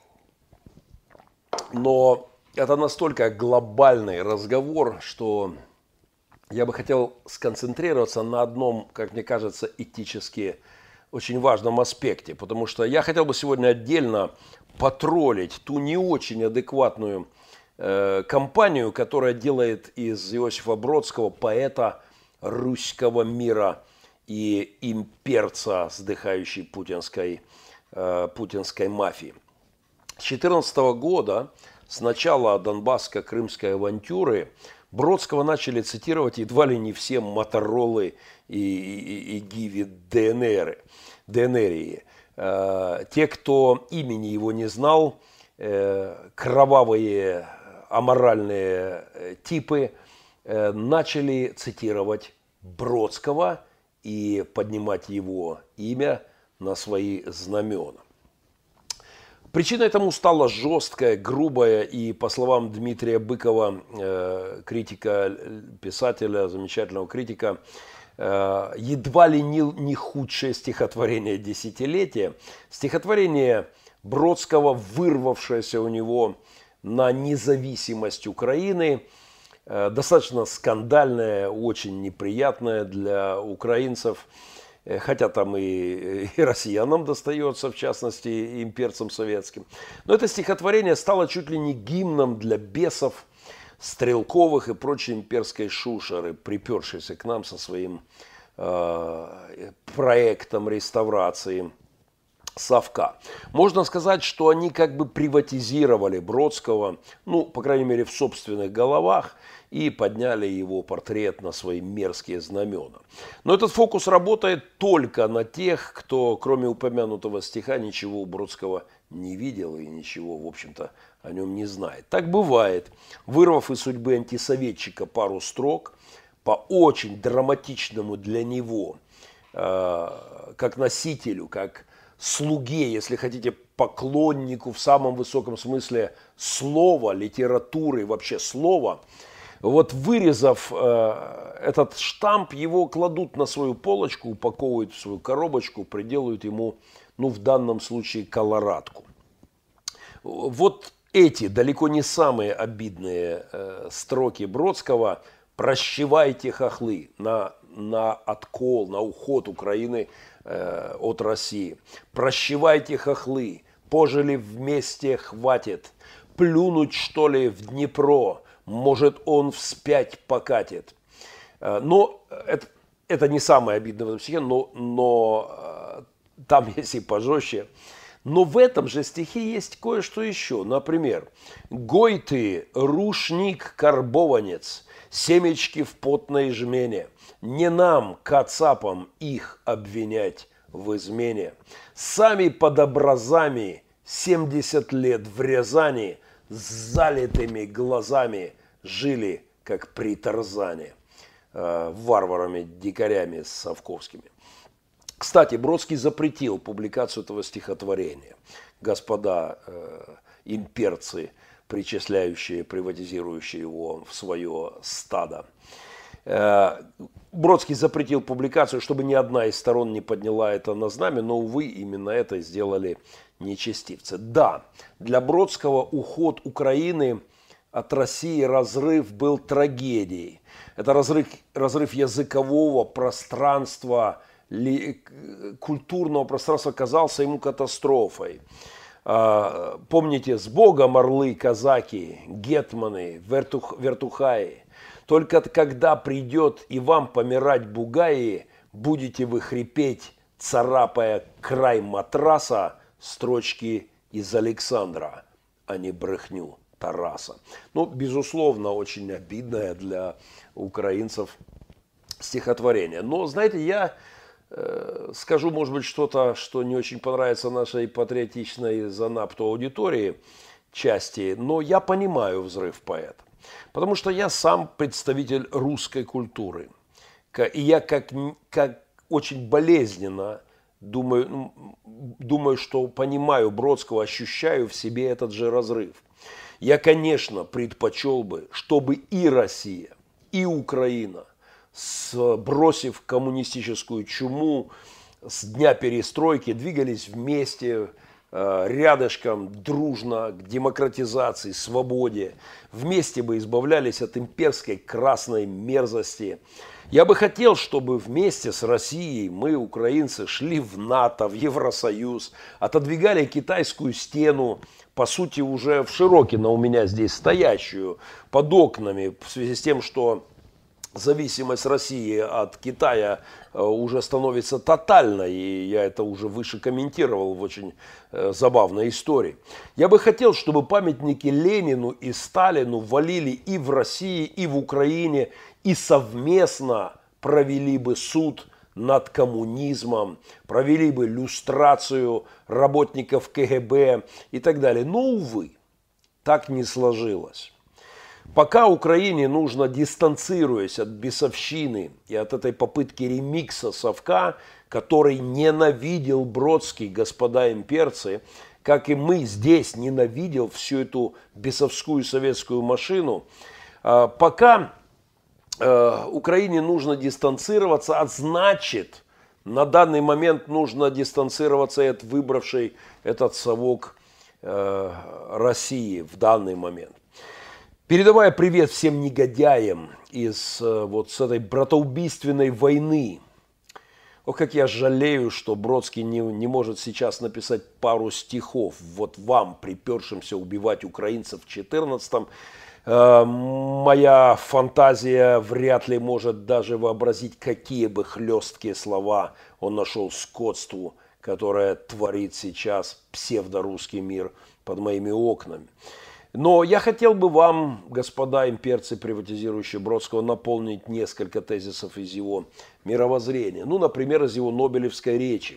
Но это настолько глобальный разговор, что я бы хотел сконцентрироваться на одном, как мне кажется, этически очень важном аспекте. Потому что я хотел бы сегодня отдельно потроллить ту не очень адекватную э, компанию, которая делает из Иосифа Бродского поэта русского мира и имперца, сдыхающей путинской, э, путинской мафии. С две тысячи четырнадцатого года, с начала Донбасско-крымской авантюры, Бродского начали цитировать едва ли не все Моторолы и, и, и Гиви ДНР, ДНРии. Э, те, кто имени его не знал, э, кровавые аморальные типы, э, начали цитировать Бродского и поднимать его имя на свои знамена. Причиной этому стала жесткая, грубая и, по словам Дмитрия Быкова, э, критика, писателя, замечательного критика, э, едва ли не, не худшее стихотворение десятилетия. Стихотворение Бродского, вырвавшееся у него на независимость Украины, э, достаточно скандальное, очень неприятное для украинцев. Хотя там и, и россиянам достается, в частности, имперцам советским. Но это стихотворение стало чуть ли не гимном для бесов, Стрелковых и прочей имперской шушеры, припершейся к нам со своим э, проектом реставрации совка. Можно сказать, что они как бы приватизировали Бродского, ну, по крайней мере, в собственных головах, и подняли его портрет на свои мерзкие знамена. Но этот фокус работает только на тех, кто, кроме упомянутого стиха, ничего у Бродского не видел и ничего, в общем-то, о нем не знает. Так бывает. Вырвав из судьбы антисоветчика пару строк, по очень драматичному для него, э, как носителю, как слуге, если хотите, поклоннику в самом высоком смысле слова, литературы, вообще слова, вот вырезав э, этот штамп, его кладут на свою полочку, упаковывают в свою коробочку, приделают ему, ну, в данном случае, колорадку. Вот эти далеко не самые обидные э, строки Бродского «Прощевайте, хохлы» на, на откол, на уход Украины э, от России. «Прощевайте, хохлы, пожили вместе, хватит, плюнуть, что ли, в Днепро, может, он вспять покатит». Но это, это не самое обидное в этом стихе, но, но там есть и пожестче. Но в этом же стихе есть кое-что еще. Например, «Гой ты, рушник-карбованец, семечки в потной жмене, не нам, кацапам, их обвинять в измене. Сами под образами семьдесят лет в Рязани с залитыми глазами жили, как при Тарзане, э, варварами, дикарями совковскими». Кстати, Бродский запретил публикацию этого стихотворения. Господа э, имперцы, причисляющие, приватизирующие его в свое стадо. Э, Бродский запретил публикацию, чтобы ни одна из сторон не подняла это на знамя, но, увы, именно это сделали нечестивцы. Да, для Бродского уход Украины от России, разрыв был трагедией. Это разрыв, разрыв языкового пространства, ли, культурного пространства казался ему катастрофой. А, помните, с Богом орлы, казаки, гетманы, вертух, вертухаи. Только когда придет и вам помирать бугаи, будете вы хрипеть, царапая край матраса, строчки из Александра, а не брехню Тараса. Ну, безусловно, очень обидное для украинцев стихотворение. Но, знаете, я э, скажу, может быть, что-то, что не очень понравится нашей патриотичной занапту аудитории части, но я понимаю взрыв поэта. Потому что я сам представитель русской культуры. И я как, как очень болезненно думаю, думаю, что понимаю Бродского, ощущаю в себе этот же разрыв. Я, конечно, предпочел бы, чтобы и Россия, и Украина, сбросив коммунистическую чуму с дня перестройки, двигались вместе, рядышком, дружно к демократизации, свободе. Вместе бы избавлялись от имперской красной мерзости. Я бы хотел, чтобы вместе с Россией мы, украинцы, шли в НАТО, в Евросоюз, отодвигали китайскую стену, по сути, уже в Широкино у меня здесь стоящую, под окнами, в связи с тем, что зависимость России от Китая уже становится тотальной, и я это уже выше комментировал в очень забавной истории. Я бы хотел, чтобы памятники Ленину и Сталину валили и в России, и в Украине, и совместно провели бы суд над коммунизмом, провели бы люстрацию работников КГБ и так далее. Но, увы, так не сложилось. Пока Украине нужно, дистанцируясь от бесовщины и от этой попытки ремикса совка, который ненавидел Бродский, господа имперцы, как и мы здесь ненавидел всю эту бесовскую советскую машину, пока Украине нужно дистанцироваться, а значит, на данный момент нужно дистанцироваться и от выбравшей этот совок России в данный момент. Передавая привет всем негодяям из вот с этой братоубийственной войны. Ох, как я жалею, что Бродский не, не может сейчас написать пару стихов вот вам, припершимся убивать украинцев в четырнадцатом. Э, моя фантазия вряд ли может даже вообразить, какие бы хлесткие слова он нашел скотству, которое творит сейчас псевдорусский мир под моими окнами. Но я хотел бы вам, господа имперцы, приватизирующие Бродского, наполнить несколько тезисов из его мировоззрения. Ну, например, из его Нобелевской речи.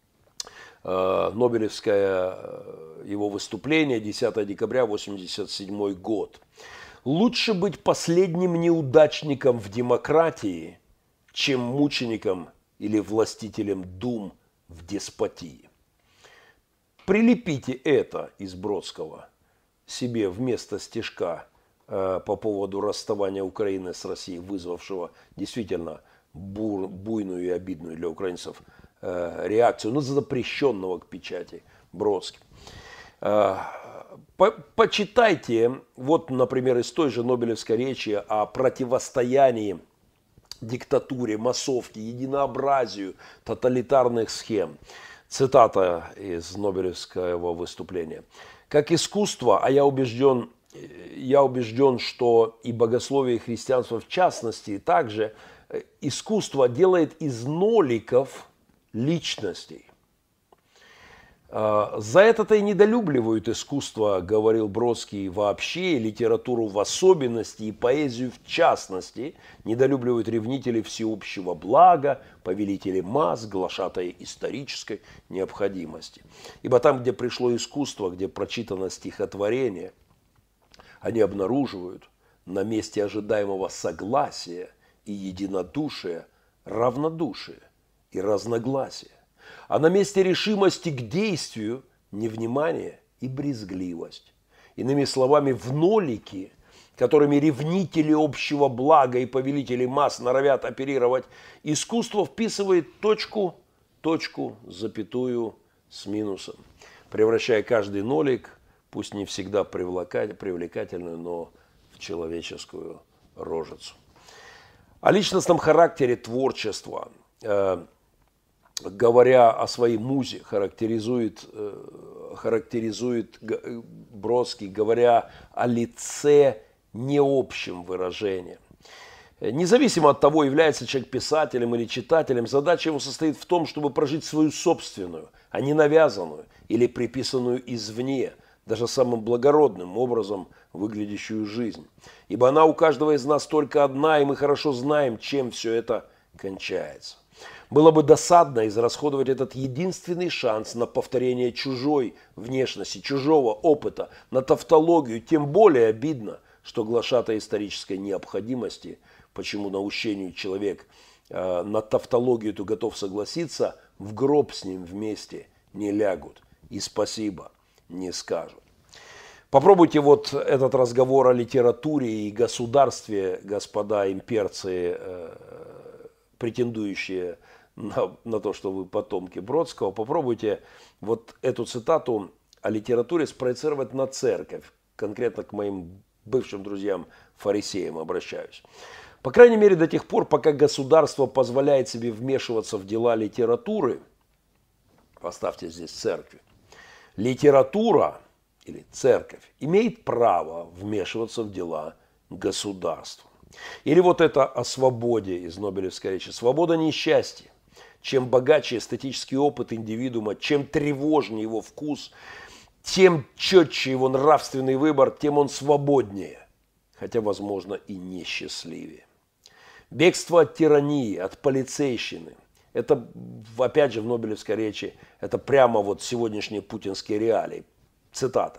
Э, Нобелевское его выступление, десятого декабря восемьдесят седьмой год. «Лучше быть последним неудачником в демократии, чем мучеником или властителем дум в деспотии». Прилепите это из Бродского себе вместо стишка э, по поводу расставания Украины с Россией, вызвавшего действительно бур, буйную и обидную для украинцев э, реакцию, но запрещенного к печати Бродским. Э, по, почитайте, вот, например, из той же Нобелевской речи о противостоянии диктатуре, массовке, единообразию тоталитарных схем. Цитата из Нобелевского выступления. «Как искусство, а я убежден, я убежден, что и богословие, и христианство в частности, также искусство делает из ноликов личностей». За это-то и недолюбливают искусство, говорил Бродский, вообще, и литературу в особенности, и поэзию в частности. Недолюбливают ревнители всеобщего блага, повелители масс, глашатаи исторической необходимости. Ибо там, где пришло искусство, где прочитано стихотворение, они обнаруживают на месте ожидаемого согласия и единодушия равнодушие и разногласие. А на месте решимости к действию невнимание и брезгливость. Иными словами, в нолики, которыми ревнители общего блага и повелители масс норовят оперировать, искусство вписывает точку, точку, запятую с минусом, превращая каждый нолик, пусть не всегда привлекательную, но в человеческую рожицу. О личностном характере творчества, говоря о своей музе, характеризует, характеризует Бродский, говоря о лице не общим выражением. Независимо от того, является человек писателем или читателем, задача его состоит в том, чтобы прожить свою собственную, а не навязанную или приписанную извне, даже самым благородным образом выглядящую жизнь. Ибо она у каждого из нас только одна, и мы хорошо знаем, чем все это кончается. Было бы досадно израсходовать этот единственный шанс на повторение чужой внешности, чужого опыта, на тавтологию. Тем более обидно, что глашатай исторической необходимости, почему наущению человек э, на тавтологию эту готов согласиться, в гроб с ним вместе не лягут и спасибо не скажут. Попробуйте вот этот разговор о литературе и государстве, господа имперцы, э, претендующие на, на то, что вы потомки Бродского, попробуйте вот эту цитату о литературе спроецировать на церковь. Конкретно к моим бывшим друзьям-фарисеям обращаюсь. По крайней мере, до тех пор, пока государство позволяет себе вмешиваться в дела литературы, поставьте здесь церкви, литература или церковь имеет право вмешиваться в дела государства. Или вот это о свободе из Нобелевской речи. Свобода не счастье. Чем богаче эстетический опыт индивидуума, чем тревожнее его вкус, тем четче его нравственный выбор, тем он свободнее, хотя, возможно, и несчастливее. Бегство от тирании, от полицейщины. Это, опять же, в Нобелевской речи, это прямо вот сегодняшние путинские реалии. Цитата.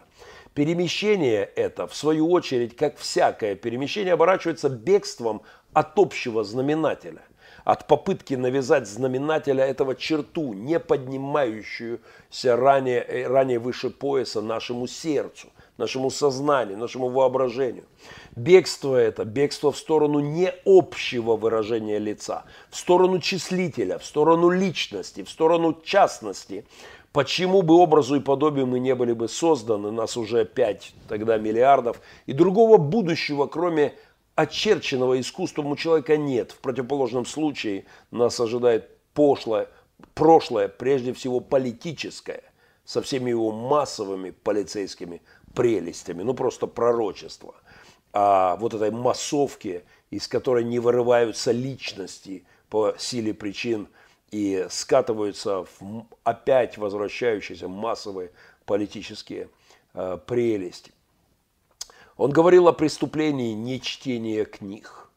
Перемещение это, в свою очередь, как всякое перемещение, оборачивается бегством от общего знаменателя, от попытки навязать знаменателя этого черту, не поднимающуюся ранее, ранее выше пояса нашему сердцу, нашему сознанию, нашему воображению. Бегство это, бегство в сторону не общего выражения лица, в сторону числителя, в сторону личности, в сторону частности. Почему бы образу и подобию мы не были бы созданы, нас уже пять тогда миллиардов, и другого будущего, кроме очерченного искусством, у человека нет. В противоположном случае нас ожидает пошлое, прошлое, прежде всего политическое, со всеми его массовыми полицейскими прелестями, ну просто пророчество. А вот этой массовки, из которой не вырываются личности по силе причин и скатываются в опять возвращающиеся массовые политические э, прелести. Он говорил о преступлении нечтения книг.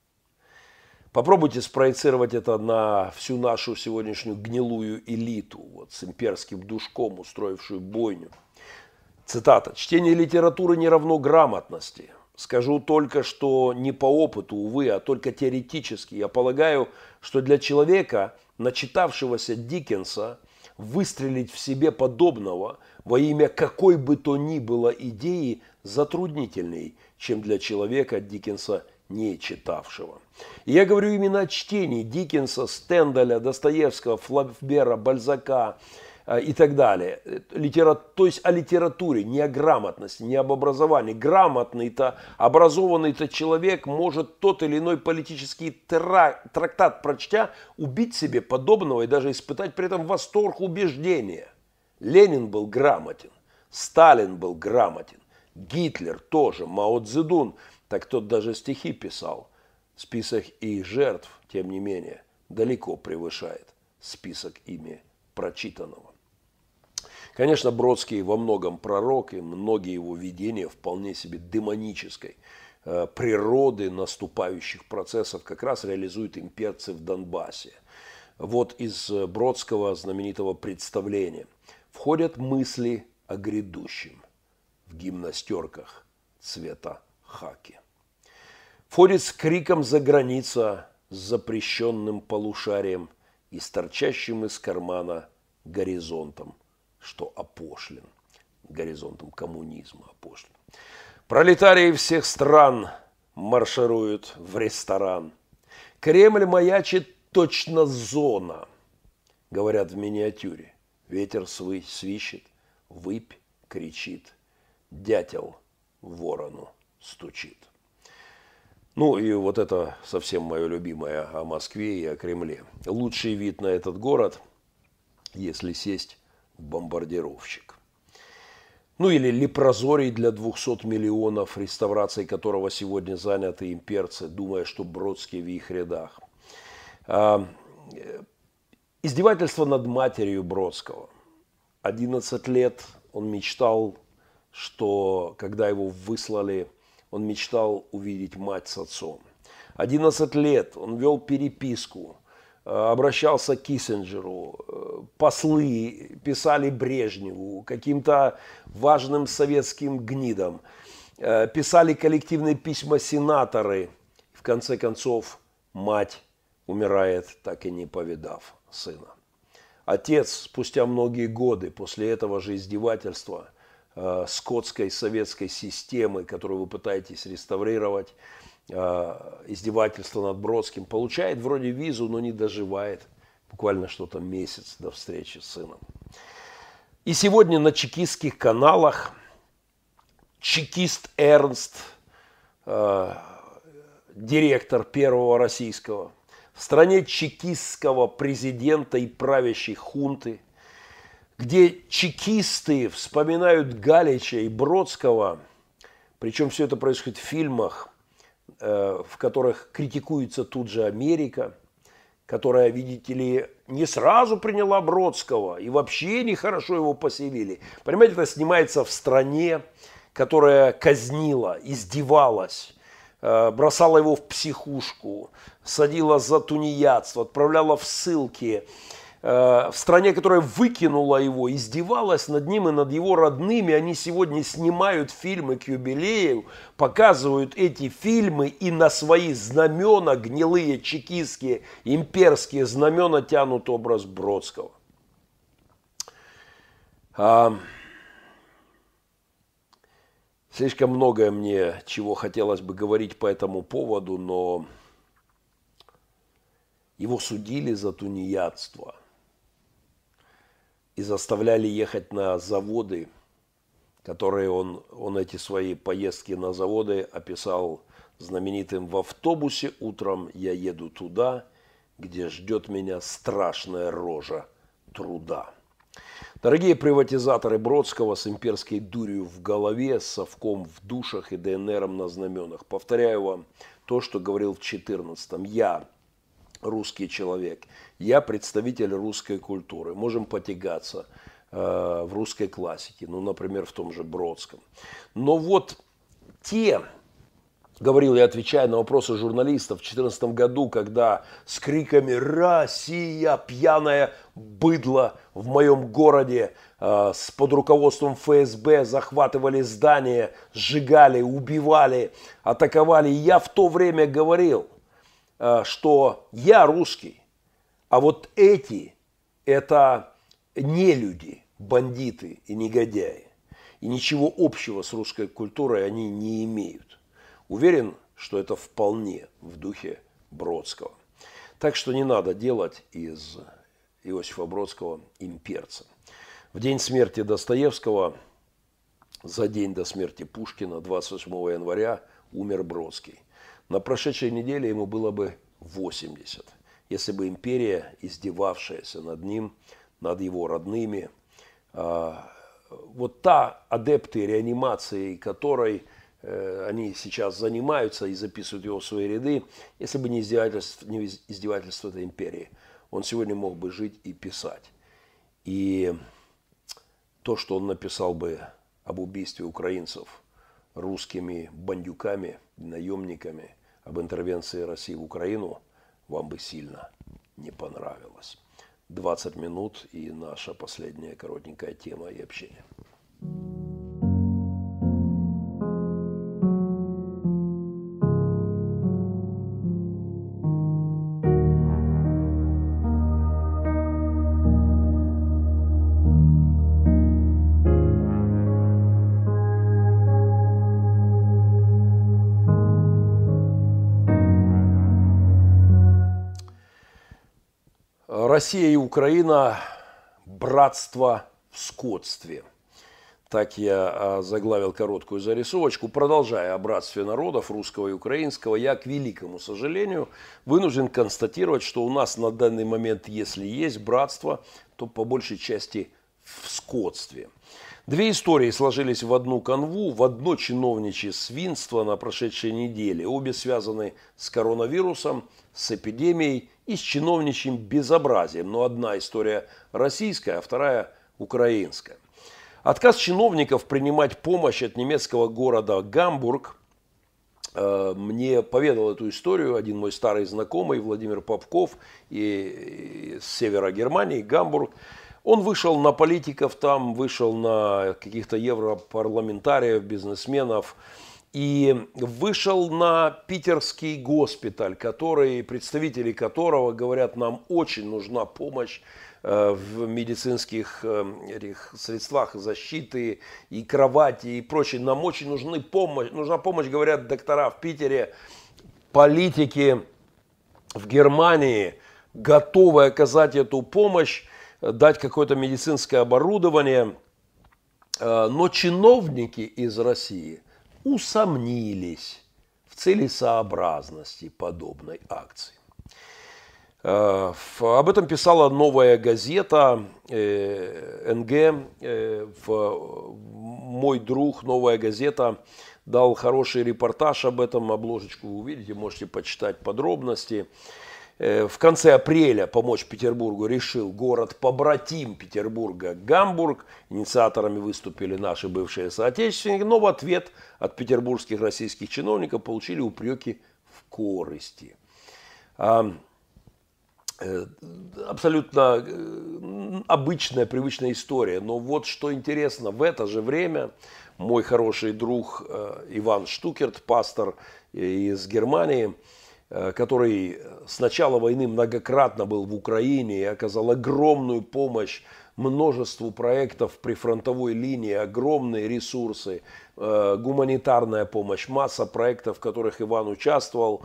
Попробуйте спроецировать это на всю нашу сегодняшнюю гнилую элиту, вот, с имперским душком, устроившую бойню. Цитата. «Чтение литературы не равно грамотности. Скажу только, что не по опыту, увы, а только теоретически. Я полагаю, что для человека, начитавшегося Диккенса, выстрелить в себе подобного во имя какой бы то ни было идеи затруднительней, чем для человека Диккенса не читавшего». И я говорю именно о чтении Диккенса, Стендаля, Достоевского, Флабера, Бальзака и так далее. Литера... То есть о литературе, не о грамотности, не об образовании. Грамотный-то, образованный-то человек может тот или иной политический тра... трактат прочтя убить себе подобного и даже испытать при этом восторг убеждения. Ленин был грамотен, Сталин был грамотен, Гитлер тоже, Мао Цзэдун, так тот даже стихи писал. Список их жертв, тем не менее, далеко превышает список ими прочитанного. Конечно, Бродский во многом пророк, и многие его видения вполне себе демонической э, природы наступающих процессов как раз реализуют имперцы в Донбассе. Вот из Бродского знаменитого представления. Входят мысли о грядущем в гимнастерках цвета хаки. Входит с криком за граница с запрещенным полушарием и с торчащим из кармана горизонтом, что опошлен, горизонтом коммунизма опошлен. Пролетарии всех стран маршируют в ресторан. Кремль маячит точно зона, говорят в миниатюре. Ветер свищет, выпь кричит, дятел ворону стучит. Ну и вот это совсем мое любимое о Москве и о Кремле. Лучший вид на этот город, если сесть в бомбардировщик. Ну или лепрозорий для двухсот миллионов, реставрацией которого сегодня заняты имперцы, думая, что Бродский в их рядах. А, издевательство над матерью Бродского. одиннадцать лет он мечтал, что когда его выслали, он мечтал увидеть мать с отцом. одиннадцать лет он вел переписку, обращался к Киссинджеру, послы писали Брежневу, каким-то важным советским гнидам, писали коллективные письма сенаторы. В конце концов, мать умирает, так и не повидав сына. Отец, спустя многие годы после этого же издевательства, скотской советской системы, которую вы пытаетесь реставрировать, издевательство над Бродским, получает вроде визу, но не доживает буквально что-то месяц до встречи с сыном. И сегодня на чекистских каналах чекист Эрнст, директор первого российского, в стране чекистского президента и правящей хунты, где чекисты вспоминают Галича и Бродского, причем все это происходит в фильмах, э, в которых критикуется тут же Америка, которая, видите ли, не сразу приняла Бродского и вообще нехорошо его поселили. Понимаете, это снимается в стране, которая казнила, издевалась, э, бросала его в психушку, садила за тунеядство, отправляла в ссылки, в стране, которая выкинула его, издевалась над ним и над его родными. Они сегодня снимают фильмы к юбилею, показывают эти фильмы и на свои знамена, гнилые чекистские, имперские знамена тянут образ Бродского. А... Слишком многое мне чего хотелось бы говорить по этому поводу, но его судили за тунеядство и заставляли ехать на заводы, которые он, он эти свои поездки на заводы описал знаменитым: «В автобусе утром я еду туда, где ждет меня страшная рожа труда». Дорогие приватизаторы Бродского с имперской дурью в голове, с совком в душах и ДНРом на знаменах, повторяю вам то, что говорил в четырнадцатом. Я русский человек, я представитель русской культуры. Можем потягаться э, в русской классике, ну, например, в том же Бродском. Но вот те, говорил я, отвечая на вопросы журналистов в две тысячи четырнадцатом году, когда с криками «Россия, пьяное быдло» в моем городе э, с под руководством эф эс бэ захватывали здания, сжигали, убивали, атаковали. И я в то время говорил, что я русский, а вот эти – это не люди, бандиты и негодяи. И ничего общего с русской культурой они не имеют. Уверен, что это вполне в духе Бродского. Так что не надо делать из Иосифа Бродского имперца. В день смерти Достоевского, за день до смерти Пушкина, двадцать восьмого января, умер Бродский. На прошедшей неделе ему было бы восемьдесят, если бы империя, издевавшаяся над ним, над его родными, вот та адепты реанимации, которой они сейчас занимаются и записывают его в свои ряды, если бы не издевательство, не издевательство этой империи, он сегодня мог бы жить и писать. И то, что он написал бы об убийстве украинцев русскими бандюками, наемниками, об интервенции России в Украину, вам бы сильно не понравилось. двадцать минут и наша последняя коротенькая тема и общение. Россия и Украина – братство в скотстве. Так я заглавил короткую зарисовочку. Продолжая о братстве народов русского и украинского, я, к великому сожалению, вынужден констатировать, что у нас на данный момент, если есть братство, то по большей части в скотстве. Две истории сложились в одну канву, в одно чиновничье свинство на прошедшей неделе. Обе связаны с коронавирусом, с эпидемией и с чиновничьим безобразием. Но одна история российская, а вторая украинская. Отказ чиновников принимать помощь от немецкого города Гамбург. Мне поведал эту историю один мой старый знакомый Владимир Попков и с севера Германии, Гамбург. Он вышел на политиков там, вышел на каких-то европарламентариев, бизнесменов и вышел на питерский госпиталь, который, представители которого говорят, нам очень нужна помощь в медицинских этих средствах защиты и кровати и прочее. Нам очень нужны помощь, нужна помощь, говорят доктора в Питере, политики в Германии готовы оказать эту помощь, дать какое-то медицинское оборудование, но чиновники из России усомнились в целесообразности подобной акции. Об этом писала «Новая газета», эн гэ, мой друг «Новая газета» дал хороший репортаж об этом, обложечку вы увидите, можете почитать подробности. В конце апреля помочь Петербургу решил город-побратим Петербурга Гамбург. Инициаторами выступили наши бывшие соотечественники, но в ответ от петербургских российских чиновников получили упреки в корысти. абсолютно обычная, привычная история. Но вот что интересно, в это же время мой хороший друг Иван Штукерт, пастор из Германии, который с начала войны многократно был в Украине и оказал огромную помощь множеству проектов при фронтовой линии, огромные ресурсы, гуманитарная помощь, масса проектов, в которых Иван участвовал.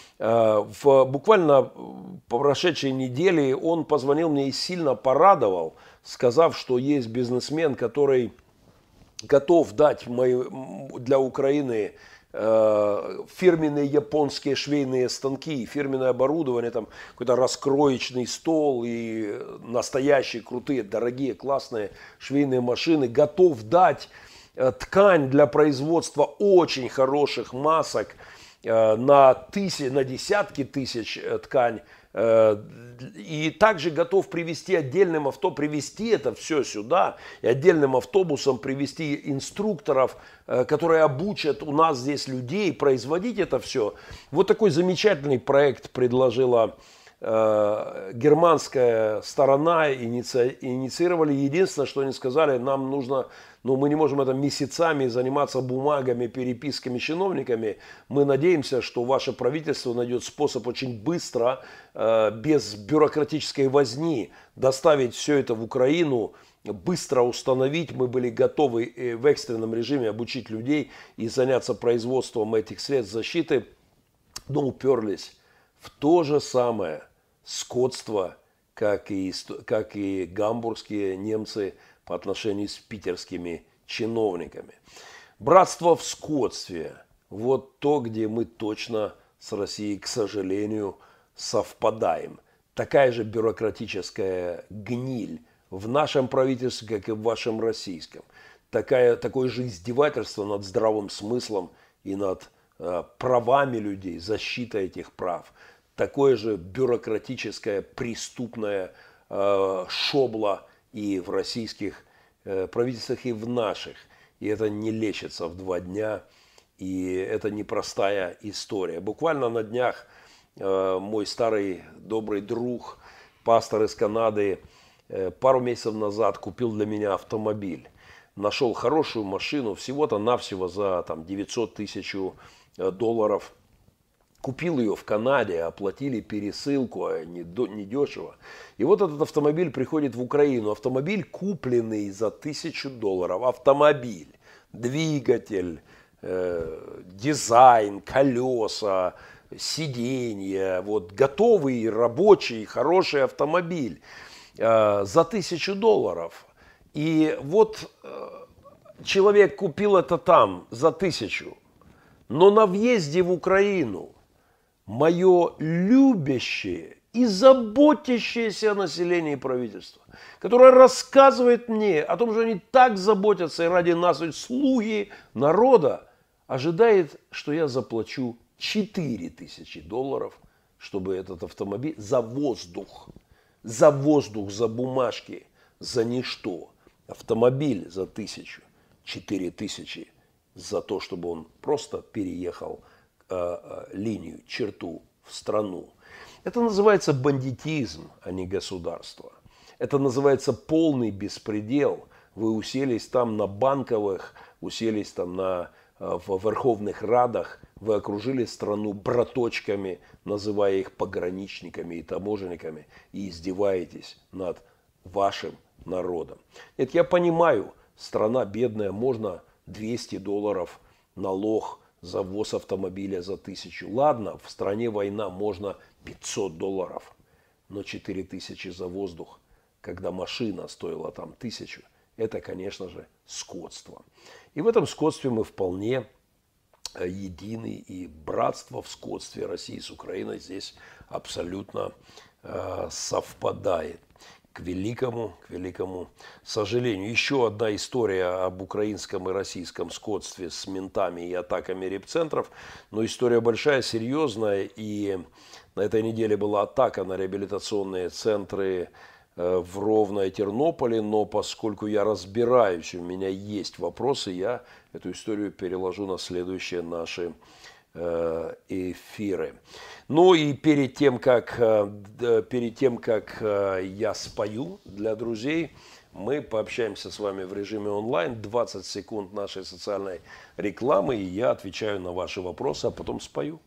В буквально по прошедшей неделе он позвонил мне и сильно порадовал, сказав, что есть бизнесмен, который готов дать для Украины фирменные японские швейные станки, фирменное оборудование, там какой-то раскроечный стол и настоящие крутые, дорогие, классные швейные машины, готов дать ткань для производства очень хороших масок на, тысяч, на десятки тысяч ткань. И также готов привезти отдельным авто, привезти это все сюда и отдельным автобусом привезти инструкторов, которые обучат у нас здесь людей производить это все. Вот такой замечательный проект предложила э, германская сторона, иници, инициировали. Единственное, что они сказали, нам нужно, ну мы не можем это месяцами заниматься бумагами, переписками с чиновниками. Мы надеемся, что ваше правительство найдет способ очень быстро, э, без бюрократической возни, доставить все это в Украину, быстро установить. Мы были готовы в экстренном режиме обучить людей и заняться производством этих средств защиты, но уперлись в то же самое скотство, как и, как и гамбургские немцы по отношению с питерскими чиновниками. Братство в скотстве. Вот то, где мы точно с Россией, к сожалению, совпадаем. Такая же бюрократическая гниль в нашем правительстве, как и в вашем российском. Такая, такое же издевательство над здравым смыслом и над э, правами людей, защита этих прав. Такое же бюрократическое, преступное э, шобло и в российских э, правительствах, и в наших. И это не лечится в два дня, и это непростая история. Буквально на днях э, мой старый добрый друг, пастор из Канады, пару месяцев назад купил для меня автомобиль. Нашел хорошую машину, всего-то навсего за там, девятьсот тысяч долларов. Купил ее в Канаде, оплатили пересылку, а не, не дешево. И вот этот автомобиль приходит в Украину. Автомобиль, купленный за тысячу долларов. Автомобиль, двигатель, э, дизайн, колеса, сиденья. Вот, готовый, рабочий, хороший автомобиль за тысячу долларов. И вот человек купил это там за тысячу, но на въезде в Украину мое любящее и заботящееся о населении правительство, которое рассказывает мне о том, что они так заботятся и ради нас, ведь слуги народа, ожидает, что я заплачу четыре тысячи долларов, чтобы этот автомобиль за воздух, за воздух, за бумажки, за ничто. Автомобиль за тысячу, четыре тысячи за то, чтобы он просто переехал э, э, линию, черту в страну. Это называется бандитизм, а не государство. Это называется полный беспредел. Вы уселись там на Банковых, уселись там на, э, в Верховных Радах, вы окружили страну браточками, называя их пограничниками и таможенниками, и издеваетесь над вашим народом. Нет, я понимаю, страна бедная, можно двести долларов налог за ввоз автомобиля за тысячу. Ладно, в стране война, можно пятьсот долларов, но четыре тысячи за воздух, когда машина стоила там тысячу, это, конечно же, скотство. И в этом скотстве мы вполне едины, и братство в скотстве России с Украиной здесь абсолютно э, совпадает. К великому, к великому сожалению. Еще одна история об украинском и российском скотстве с ментами и атаками репцентров. Но история большая, серьезная. И на этой неделе была атака на реабилитационные центры в Ровно и Тернополе. Но поскольку я разбираюсь, у меня есть вопросы, я эту историю переложу на следующие наши эфиры. Ну и перед тем, как, перед тем, как я спою для друзей, мы пообщаемся с вами в режиме онлайн. двадцать секунд нашей социальной рекламы, и я отвечаю на ваши вопросы, а потом спою.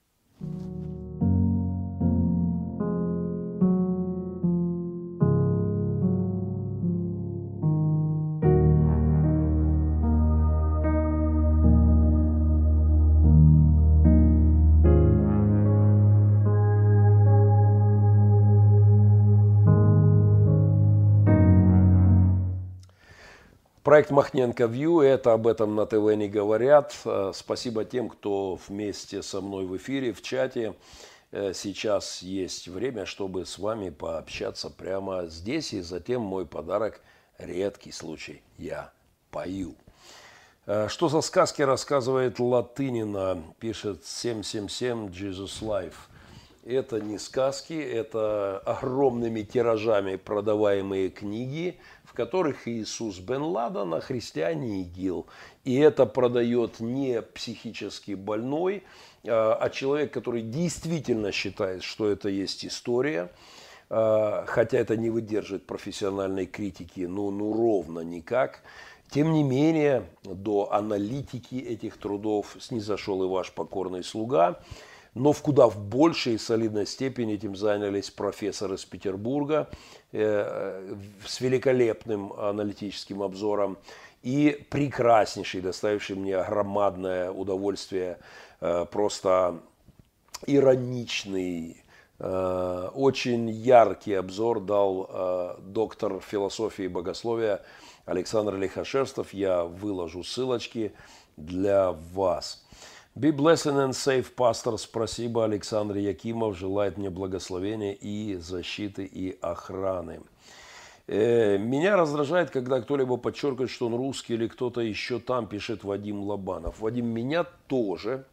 Проект Махненко View, это об этом на ТВ не говорят. Спасибо тем, кто вместе со мной в эфире, в чате. Сейчас есть время, чтобы с вами пообщаться прямо здесь. И затем мой подарок – редкий случай. Я пою. Что за сказки рассказывает Латынина, пишет семь семь семь Jesus Life. Это не сказки, это огромными тиражами продаваемые книги, в которых Иисус бен Ладен, а христиане ИГИЛ. И это продает не психически больной, а человек, который действительно считает, что это есть история, хотя это не выдерживает профессиональной критики, ну, ну ровно никак. Тем не менее, до аналитики этих трудов снизошел и ваш покорный слуга. Но в куда в большей солидной степени этим занялись профессоры из Петербурга э, с великолепным аналитическим обзором и прекраснейший, доставивший мне громадное удовольствие, э, просто ироничный, э, очень яркий обзор дал э, доктор философии и богословия Александр Лихошерстов. Я выложу ссылочки для вас. Be blessed and safe, пастор. Спасибо, Александр Якимов. Желает мне благословения и защиты, и охраны. Э, меня раздражает, когда кто-либо подчеркивает, что он русский или кто-то еще там, пишет Вадим Лобанов. Вадим, меня тоже.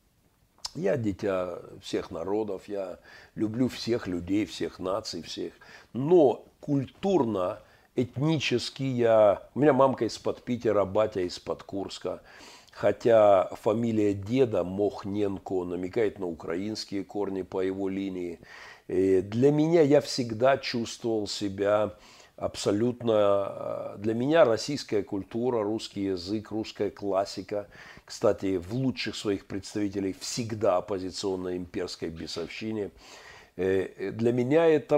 Я дитя всех народов, я люблю всех людей, всех наций, всех. Но культурно, этнически я... У меня мамка из-под Питера, батя из-под Курска. Хотя фамилия деда Мохненко намекает на украинские корни по его линии. Для меня я всегда чувствовал себя абсолютно... Для меня российская культура, русский язык, русская классика, кстати, в лучших своих представителей всегда оппозиционной имперской бесовщине. Для меня это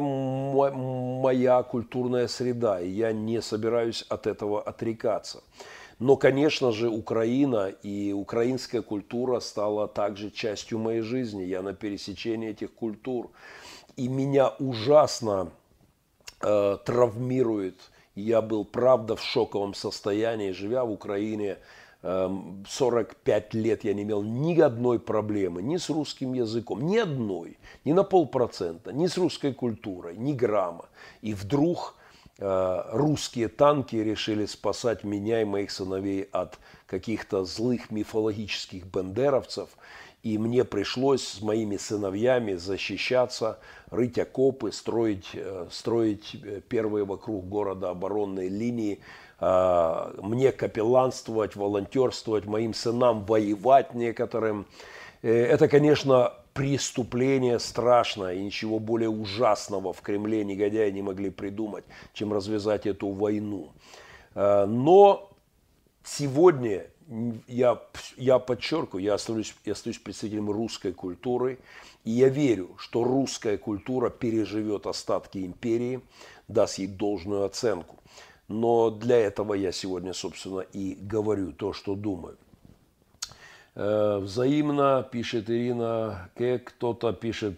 моя культурная среда, и я не собираюсь от этого отрекаться. Но, конечно же, Украина и украинская культура стала также частью моей жизни. Я на пересечении этих культур. И меня ужасно э, травмирует. Я был, правда, в шоковом состоянии, живя в Украине. Э, сорок пять лет я не имел ни одной проблемы, ни с русским языком, ни одной, ни на полпроцента, ни с русской культурой, ни грамма. И вдруг... русские танки решили спасать меня и моих сыновей от каких-то злых мифологических бандеровцев. И мне пришлось с моими сыновьями защищаться, рыть окопы, строить, строить первые вокруг города оборонные линии, мне капелланствовать, волонтерствовать, моим сынам воевать некоторым. Это, конечно, преступление страшное, и ничего более ужасного в Кремле негодяи не могли придумать, чем развязать эту войну. Но сегодня, я, я подчеркиваю, я остаюсь, я остаюсь представителем русской культуры, и я верю, что русская культура переживет остатки империи, даст ей должную оценку. Но для этого я сегодня, собственно, и говорю то, что думаю. Взаимно, пишет Ирина К. Кто-то пишет,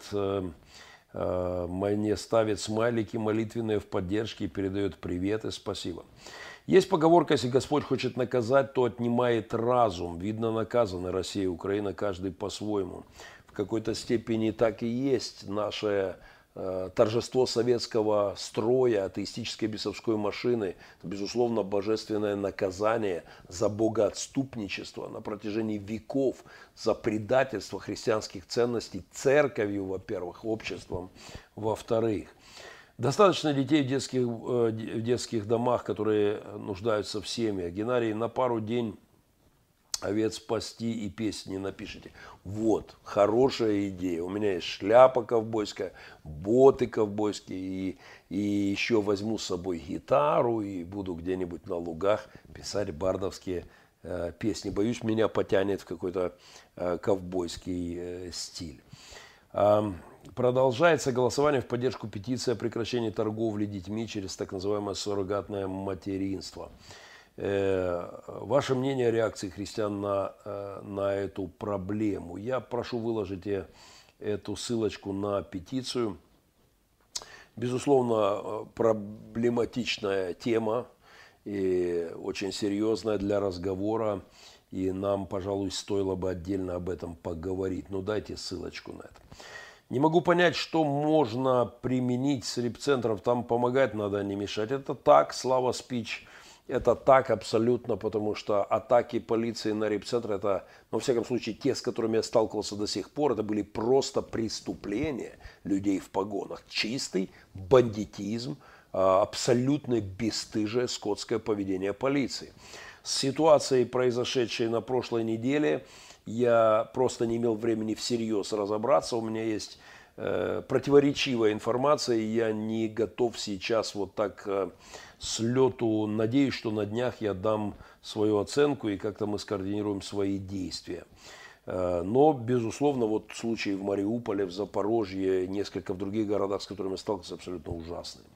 мне ставит смайлики молитвенные в поддержке и передает приветы. Спасибо. Есть поговорка, если Господь хочет наказать, то отнимает разум. Видно, наказаны Россия и Украина, каждый по-своему. В какой-то степени так и есть наше торжество советского строя, атеистической бесовской машины, это, безусловно, божественное наказание за богоотступничество на протяжении веков, за предательство христианских ценностей церковью, во-первых, обществом, во-вторых. Достаточно детей в детских, в детских домах, которые нуждаются в семьях. Геннадий, на пару день овец спасти и песни напишите. Вот, хорошая идея. У меня есть шляпа ковбойская, боты ковбойские, и, и еще возьму с собой гитару и буду где-нибудь на лугах писать бардовские э, песни. Боюсь, меня потянет в какой-то э, ковбойский э, стиль. Э, продолжается голосование в поддержку петиции о прекращении торговли детьми через так называемое суррогатное материнство. Ваше мнение о реакции христиан на, на эту проблему. Я прошу выложить эту ссылочку на петицию. Безусловно, проблематичная тема и очень серьезная для разговора. И нам, пожалуй, стоило бы отдельно об этом поговорить. Но дайте ссылочку на это. Не могу понять, что можно применить с репцентров. Там помогать надо, не мешать. Это так, слава спич. Это так абсолютно, потому что атаки полиции на репцентр, это, ну, во всяком случае, те, с которыми я сталкивался до сих пор, это были просто преступления людей в погонах. Чистый бандитизм, абсолютно бесстыжее скотское поведение полиции. С ситуацией, произошедшей на прошлой неделе, я просто не имел времени всерьез разобраться. У меня есть э, противоречивая информация, и я не готов сейчас вот так э, с лету. Надеюсь, что на днях я дам свою оценку и как-то мы скоординируем свои действия. Э, но, безусловно, вот случаи в Мариуполе, в Запорожье, несколько в других городах, с которыми я сталкивался, абсолютно ужасные.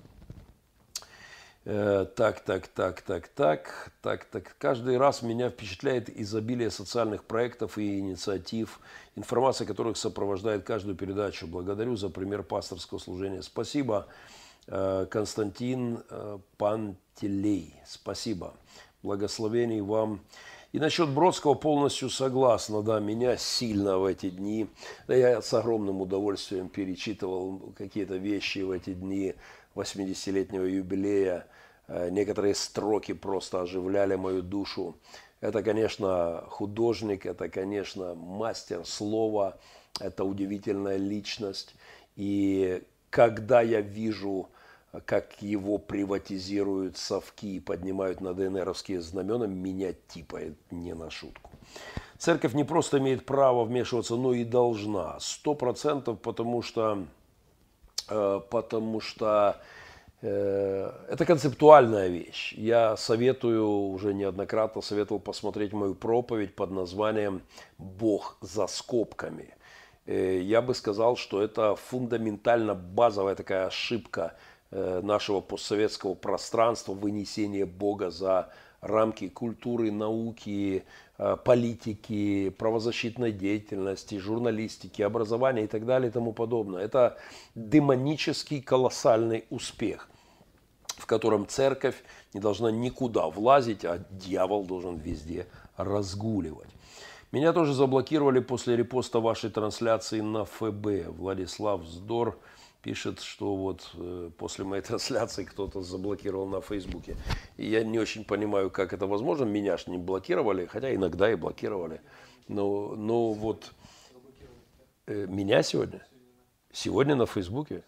Так, так, так, так, так, так, так. Каждый раз меня впечатляет изобилие социальных проектов и инициатив, информация которых сопровождает каждую передачу. Благодарю за пример пасторского служения. Спасибо, Константин Пантелей. Спасибо. Благословений вам. И насчет Бродского полностью согласна. Да, меня сильно в эти дни, да, я с огромным удовольствием перечитывал какие-то вещи в эти дни восьмидесятилетнего юбилея. Некоторые строки просто оживляли мою душу. Это, конечно, художник, это, конечно, мастер слова, это удивительная личность. И когда я вижу, как его приватизируют совки и поднимают на ДНРовские знамена, меня типает не на шутку. Церковь не просто имеет право вмешиваться, но и должна. Сто процентов, потому что, потому что это концептуальная вещь. Я советую, уже неоднократно советовал посмотреть мою проповедь под названием «Бог за скобками». Я бы сказал, что это фундаментально базовая такая ошибка нашего постсоветского пространства, вынесение Бога за рамки культуры, науки, политики, правозащитной деятельности, журналистики, образования и так далее и тому подобное. Это демонический колоссальный успех, в котором церковь не должна никуда влазить, а дьявол должен везде разгуливать. Меня тоже заблокировали после репоста вашей трансляции на эф бэ. Владислав Здор пишет, что вот э, после моей трансляции кто-то заблокировал на Фейсбуке. И я не очень понимаю, как это возможно. Меня ж не блокировали, хотя иногда и блокировали. Но, но вот э, меня сегодня? Сегодня на Фейсбуке?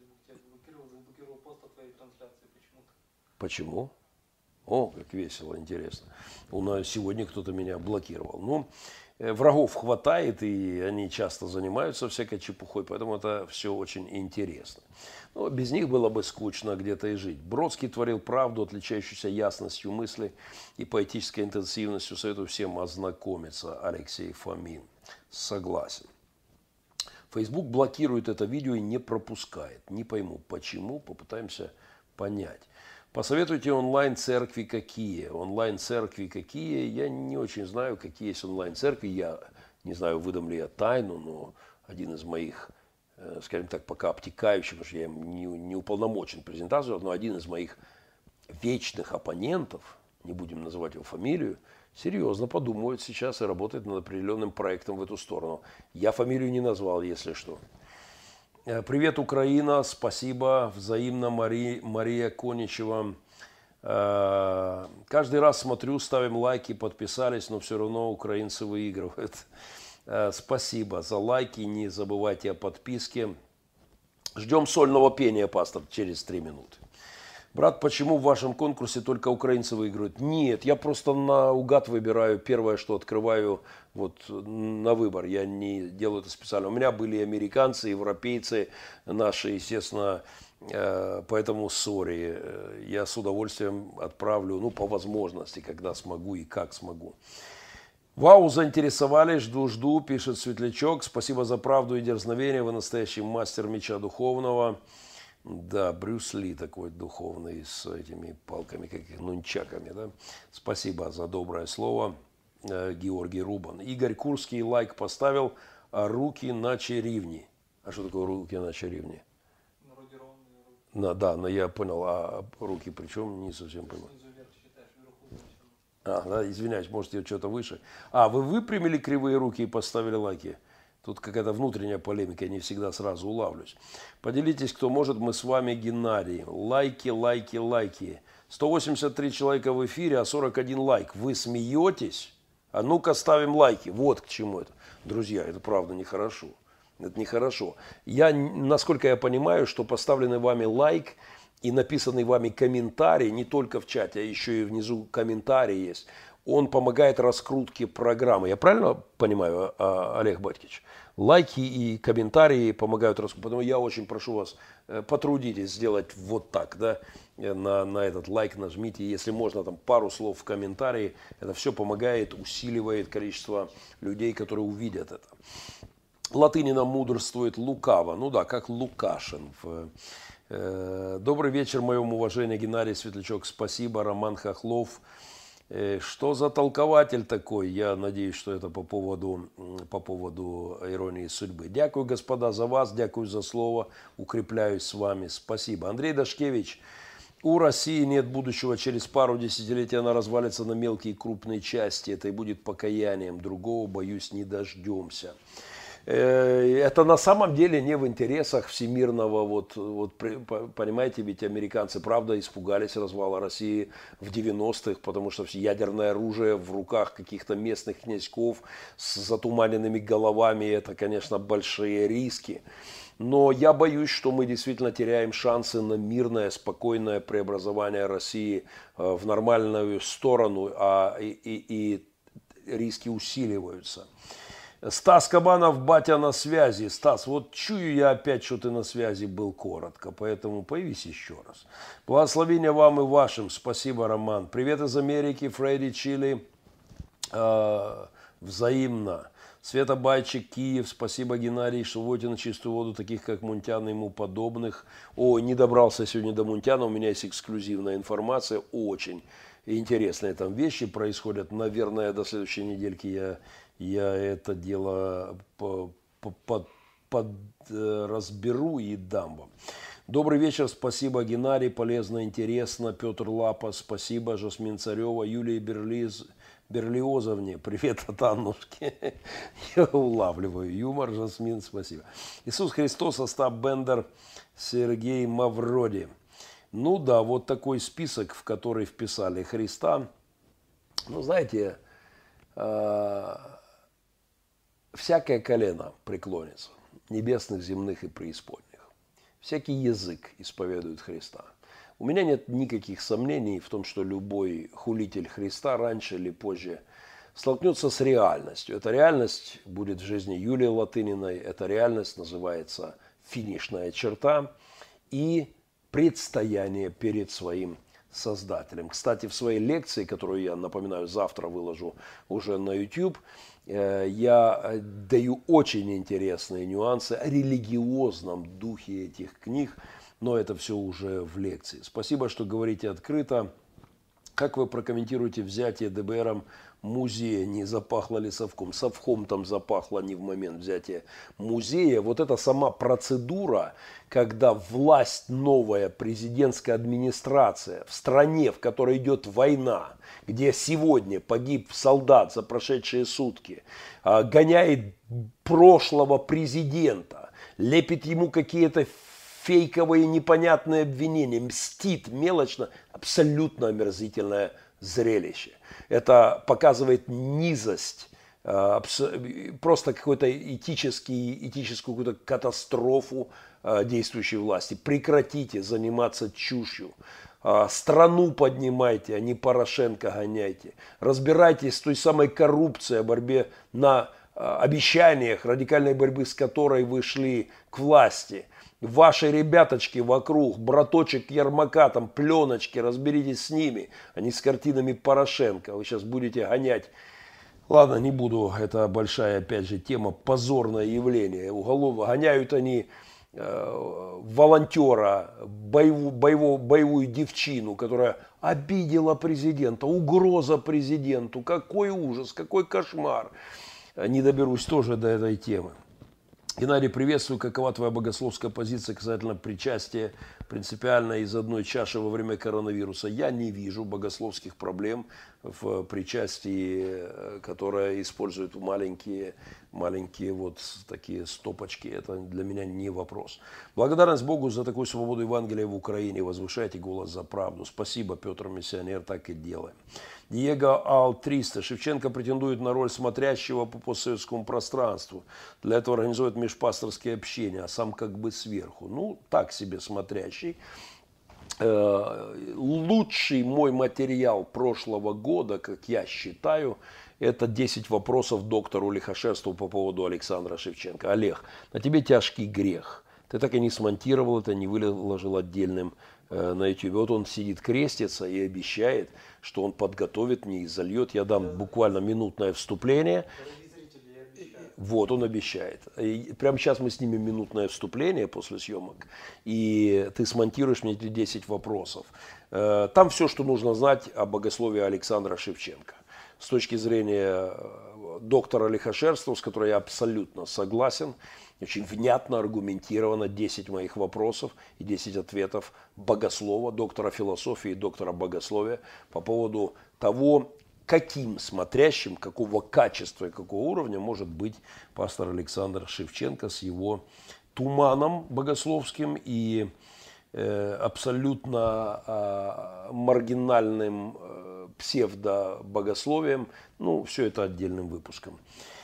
Почему? О, как весело, интересно. У нас сегодня кто-то меня блокировал. Ну, врагов хватает, и они часто занимаются всякой чепухой, поэтому это все очень интересно. Но без них было бы скучно где-то и жить. Бродский творил правду, отличающуюся ясностью мысли и поэтической интенсивностью. Советую всем ознакомиться. Алексей Фомин. Согласен. Facebook блокирует это видео и не пропускает. Не пойму, почему, попытаемся понять. Посоветуйте онлайн-церкви какие. Онлайн-церкви какие. Я не очень знаю, какие есть онлайн-церкви. Я не знаю, выдам ли я тайну, но один из моих, скажем так, пока обтекающих, потому что я не, не уполномочен презентацию, но один из моих вечных оппонентов, не будем называть его фамилию, серьезно подумывает сейчас и работает над определенным проектом в эту сторону. Я фамилию не назвал, если что. Привет, Украина, спасибо, взаимно, Мари, Мария Коничева. Каждый раз смотрю, ставим лайки, подписались, но все равно украинцы выигрывают. Спасибо за лайки, не забывайте о подписке. Ждем сольного пения, пастор, через три минуты. Брат, почему в вашем конкурсе только украинцы выигрывают? Нет, я просто наугад выбираю первое, что открываю вот на выбор. Я не делаю это специально. У меня были американцы, европейцы наши, естественно, поэтому сори. Я с удовольствием отправлю, ну, по возможности, когда смогу и как смогу. Вау, заинтересовались, жду-жду, пишет Светлячок. Спасибо за правду и дерзновение, вы настоящий мастер меча духовного. Да, Брюс Ли такой духовный, с этими палками, как нунчаками, да. Спасибо за доброе слово, Георгий Рубан. Игорь Курский лайк поставил, а руки на черивни. А что такое руки на черивни? На, да, но я понял, а руки при чем, не совсем понял. А, да, извиняюсь, может, я что-то выше. А, вы выпрямили кривые руки и поставили лайки? Тут какая-то внутренняя полемика, я не всегда сразу улавлюсь. Поделитесь, кто может, мы с вами Геннадий. Лайки, лайки, лайки. сто восемьдесят три человека в эфире, а сорок один лайк. Вы смеетесь? А ну-ка ставим лайки. Вот к чему это. Друзья, это правда нехорошо. Это нехорошо. Я, насколько я понимаю, что поставленный вами лайк и написанный вами комментарий, не только в чате, а еще и внизу комментарий есть, он помогает раскрутке программы. Я правильно понимаю, Олег Батькич? Лайки и комментарии помогают раскрутке. Поэтому я очень прошу вас, потрудитесь сделать вот так, да, на, на этот лайк нажмите. Если можно, там пару слов в комментарии. Это все помогает, усиливает количество людей, которые увидят это. Латынина мудрствует лукаво. Ну да, как Лукашин. Добрый вечер, моему уважению, Геннадий Светлячок. Спасибо, Роман Хохлов. Что за толкователь такой? Я надеюсь, что это по поводу, по поводу иронии судьбы. Дякую, господа, за вас, дякую за слово, укрепляюсь с вами. Спасибо. Андрей Дашкевич. У России нет будущего. Через пару десятилетий она развалится на мелкие и крупные части. Это и будет покаянием. Другого, боюсь, не дождемся. Это на самом деле не в интересах всемирного, вот, вот, понимаете, ведь американцы, правда, испугались развала России в девяностых, потому что ядерное оружие в руках каких-то местных князьков с затуманенными головами, это, конечно, большие риски. Но я боюсь, что мы действительно теряем шансы на мирное, спокойное преобразование России в нормальную сторону, а и, и, и риски усиливаются. Стас Кабанов, батя на связи. Стас, вот чую я опять, что ты на связи был коротко, поэтому появись еще раз. Благословения вам и вашим. Спасибо, Роман. Привет из Америки, Фредди, Чили. Э, взаимно. Света Байчик, Киев. Спасибо, Геннадий, что вводите на чистую воду таких, как Мунтян и ему подобных. О, не добрался сегодня до Мунтяна, у меня есть эксклюзивная информация, очень интересные там вещи происходят. Наверное, до следующей недельки я... Я это дело по, по, под, под, э, разберу и дам вам. Добрый вечер, спасибо, Геннадий, полезно, интересно. Петр Лапа, спасибо. Жасмин Царева, Юлия Берлиз, Берлиозовне, привет от Аннушки. Я улавливаю юмор, Жасмин, спасибо. Иисус Христос, Остап Бендер, Сергей Мавроди. Ну да, вот такой список, в который вписали Христа. Ну, знаете... Э, Всякое колено преклонится, небесных, земных и преисподних. Всякий язык исповедует Христа. У меня нет никаких сомнений в том, что любой хулитель Христа раньше или позже столкнется с реальностью. Эта реальность будет в жизни Юлии Латыниной. Эта реальность называется финишная черта и предстояние перед своим Создателем. Кстати, в своей лекции, которую я, напоминаю, завтра выложу уже на YouTube, я даю очень интересные нюансы о религиозном духе этих книг, но это все уже в лекции. Спасибо, что говорите открыто. Как вы прокомментируете взятие ДБРом музея? Не запахло ли совком? Совком там запахло не в момент взятия музея. Вот эта сама процедура, когда власть новая, президентская администрация в стране, в которой идет война, где сегодня погиб солдат за прошедшие сутки, гоняет прошлого президента, лепит ему какие-то фейковые непонятные обвинения, мстит мелочно, абсолютно омерзительное зрелище. Это показывает низость, просто какую-то этический, этическую какую-то катастрофу действующей власти. Прекратите заниматься чушью. Страну поднимайте, а не Порошенко гоняйте. Разбирайтесь с той самой коррупцией, о борьбе на обещаниях, радикальной борьбы с которой вы шли к власти. Ваши ребяточки вокруг, браточек Ермака, там пленочки, разберитесь с ними, а не с картинами Порошенко. Вы сейчас будете гонять. Ладно, не буду, это большая, опять же, тема, позорное явление. Уголовно гоняют они э, волонтера, боевую, боевую, боевую девчину, которая обидела президента, угроза президенту. Какой ужас, какой кошмар. Не доберусь тоже до этой темы. Геннадий, приветствую. Какова твоя богословская позиция касательно причастия принципиально из одной чаши во время коронавируса? Я не вижу богословских проблем в причастии, которое используют маленькие, маленькие вот такие стопочки. Это для меня не вопрос. Благодарность Богу за такую свободу Евангелия в Украине. Возвышайте голос за правду. Спасибо, Петр Миссионер, так и делаем. Диего Ал триста. Шевченко претендует на роль смотрящего по постсоветскому пространству. Для этого организует межпасторские общения, а сам как бы сверху. Ну, так себе смотрящий. Лучший мой материал прошлого года, как я считаю, это десять вопросов доктору Лихошерству по поводу Александра Шевченко. Олег, на тебе тяжкий грех. Ты так и не смонтировал это, не выложил отдельным э, на ютубе. Вот он сидит, крестится и обещает, что он подготовит мне и зальет. Я дам буквально минутное вступление. Вот, он обещает. И прямо сейчас мы снимем минутное вступление после съемок, и ты смонтируешь мне эти десять вопросов. Э, там все, что нужно знать о богословии Александра Шевченко. С точки зрения доктора Лихошерства, с которой я абсолютно согласен, очень внятно, аргументированно десять моих вопросов и десять ответов богослова, доктора философии и доктора богословия по поводу того, каким смотрящим, какого качества и какого уровня может быть пастор Александр Шевченко с его туманом богословским и э, абсолютно э, маргинальным э, псевдобогословием. Ну, все это отдельным выпуском.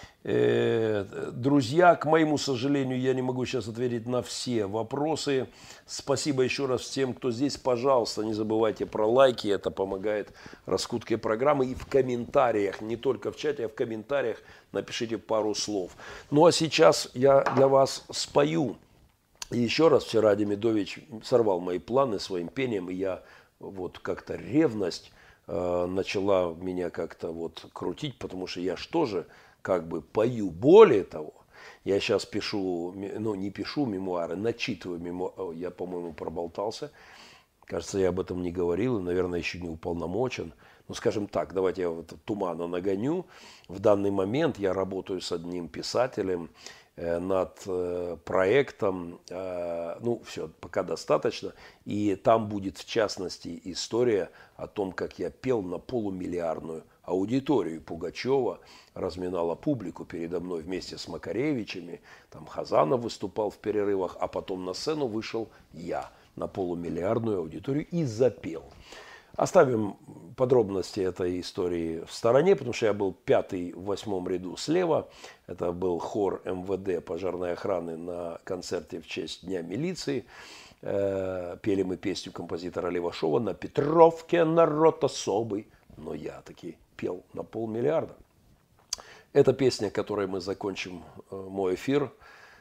Друзья, к моему сожалению, я не могу сейчас ответить на все вопросы. Спасибо еще раз всем, кто здесь. Пожалуйста, не забывайте про лайки. Это помогает раскрутке программы. И в комментариях, не только в чате, а в комментариях напишите пару слов. Ну а сейчас я для вас спою. И еще раз, вчера Демидович сорвал мои планы своим пением. И я вот как-то ревность э, начала меня как-то вот крутить, потому что я что же... как бы пою. Более того, я сейчас пишу, ну не пишу мемуары, начитываю мемуары. Я, по-моему, проболтался. Кажется, я об этом не говорил, и, наверное, еще не уполномочен. Ну, скажем так, давайте я вот тумана нагоню. В данный момент я работаю с одним писателем э, над э, проектом. Э, ну, все, пока достаточно. И там будет, в частности, история о том, как я пел на полумиллиардную аудиторию. Пугачева разминала публику передо мной вместе с Макаревичами. Там Хазанов выступал в перерывах, а потом на сцену вышел я на полумиллиардную аудиторию и запел. Оставим подробности этой истории в стороне, потому что я был пятый в восьмом ряду слева. Это был хор эм вэ дэ пожарной охраны на концерте в честь Дня милиции. Пели мы песню композитора Левашова «На Петровке народ особый». Но я таки пел на полмиллиарда. Эта песня, которой мы закончим мой эфир,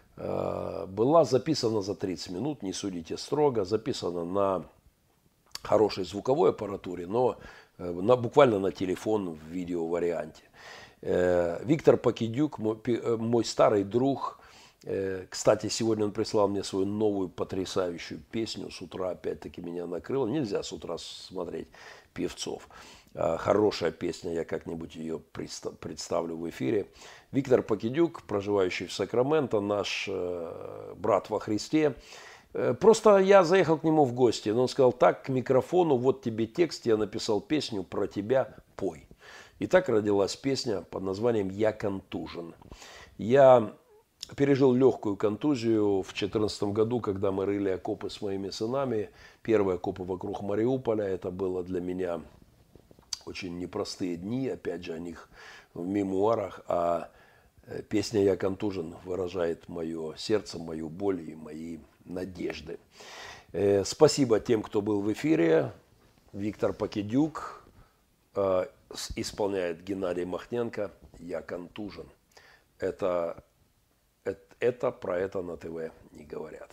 была записана за тридцать минут, не судите строго, записана на хорошей звуковой аппаратуре, но на, буквально на телефон в видеоварианте. Виктор Покидюк, мой, мой старый друг, кстати, сегодня он прислал мне свою новую потрясающую песню, с утра опять-таки меня накрыло, нельзя с утра смотреть певцов. Хорошая песня, я как-нибудь ее представлю в эфире. Виктор Покидюк, проживающий в Сакраменто, наш брат во Христе. Просто я заехал к нему в гости, но он сказал: так, к микрофону, вот тебе текст, я написал песню про тебя, пой. И так родилась песня под названием «Я контужен». Я пережил легкую контузию в две тысячи четырнадцатом году, когда мы рыли окопы с моими сынами. Первые окопы вокруг Мариуполя. Это было для меня очень непростые дни. Опять же, о них в мемуарах. А песня «Я контужен» выражает мое сердце, мою боль и мои надежды. Спасибо тем, кто был в эфире. Виктор Покидюк э, исполняет Геннадий Махненко «Я контужен». Это, это, это про это на ТВ не говорят.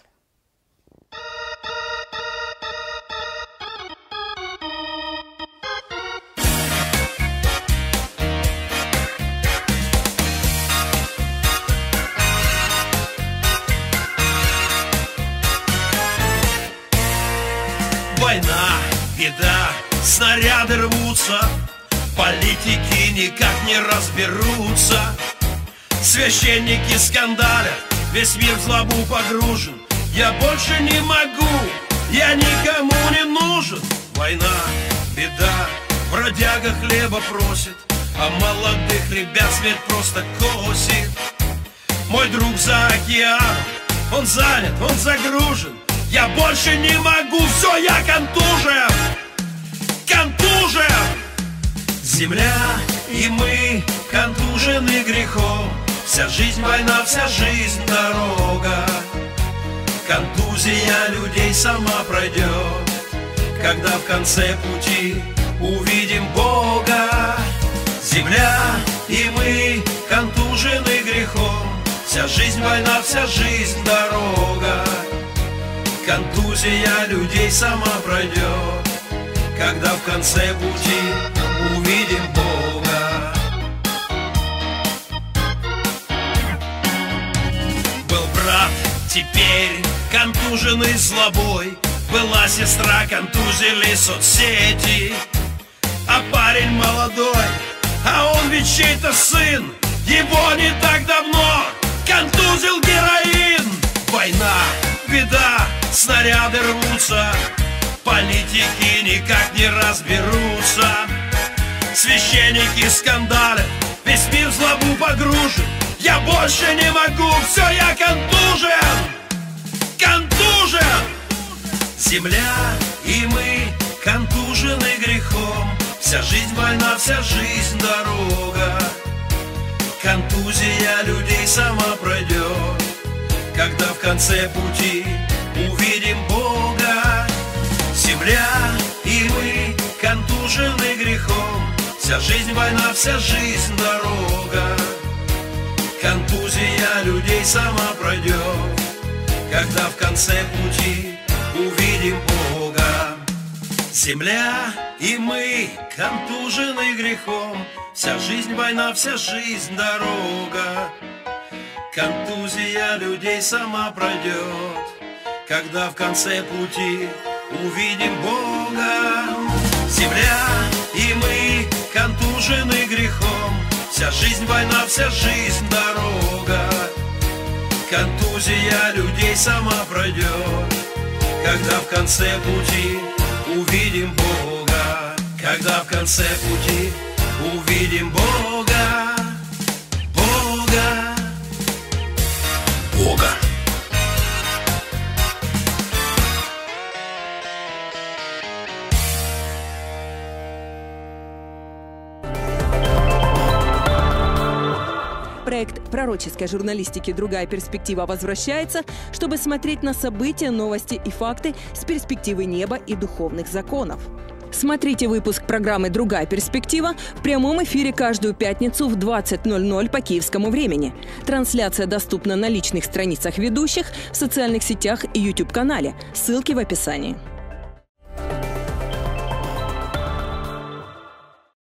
Война, беда, снаряды рвутся, политики никак не разберутся. Священники скандалят, весь мир в злобу погружен. Я больше не могу, я никому не нужен. Война, беда, бродяга хлеба просит, а молодых ребят смерть просто косит. Мой друг за океаном, он занят, он загружен. Я больше не могу, все, я контужен, контужен. Земля и мы контужены грехом. Вся жизнь война, вся жизнь дорога. Контузия людей сама пройдет, когда в конце пути увидим Бога. Земля и мы контужены грехом. Вся жизнь война, вся жизнь дорога. Контузия людей сама пройдет, когда в конце пути увидим Бога. Был брат, теперь контуженный злобой. Была сестра, контузили соцсети. А парень молодой, а он ведь чей-то сын. Его не так давно контузил героин. Война, беда, снаряды рвутся, политики никак не разберутся. Священники скандалят, весь мир в злобу погружен. Я больше не могу, все, я контужен, контужен. Земля и мы контужены грехом. Вся жизнь война, вся жизнь дорога. Контузия людей сама пройдет, когда в конце пути увидим Бога. Земля и мы контужены грехом. Вся жизнь война, вся жизнь дорога. Контузия людей сама пройдет, когда в конце пути увидим Бога. Земля и мы контужены грехом. Вся жизнь война, вся жизнь дорога. Контузия людей сама пройдет, когда в конце пути увидим Бога. Земля и мы контужены грехом. Вся жизнь война, вся жизнь дорога. Контузия людей сама пройдет, когда в конце пути увидим Бога. Когда в конце пути увидим Бога. Бога. Бога. Проект пророческой журналистики «Другая перспектива» возвращается, чтобы смотреть на события, новости и факты с перспективы неба и духовных законов. Смотрите выпуск программы «Другая перспектива» в прямом эфире каждую пятницу в двадцать ноль ноль по киевскому времени. Трансляция доступна на личных страницах ведущих, в социальных сетях и YouTube-канале. Ссылки в описании.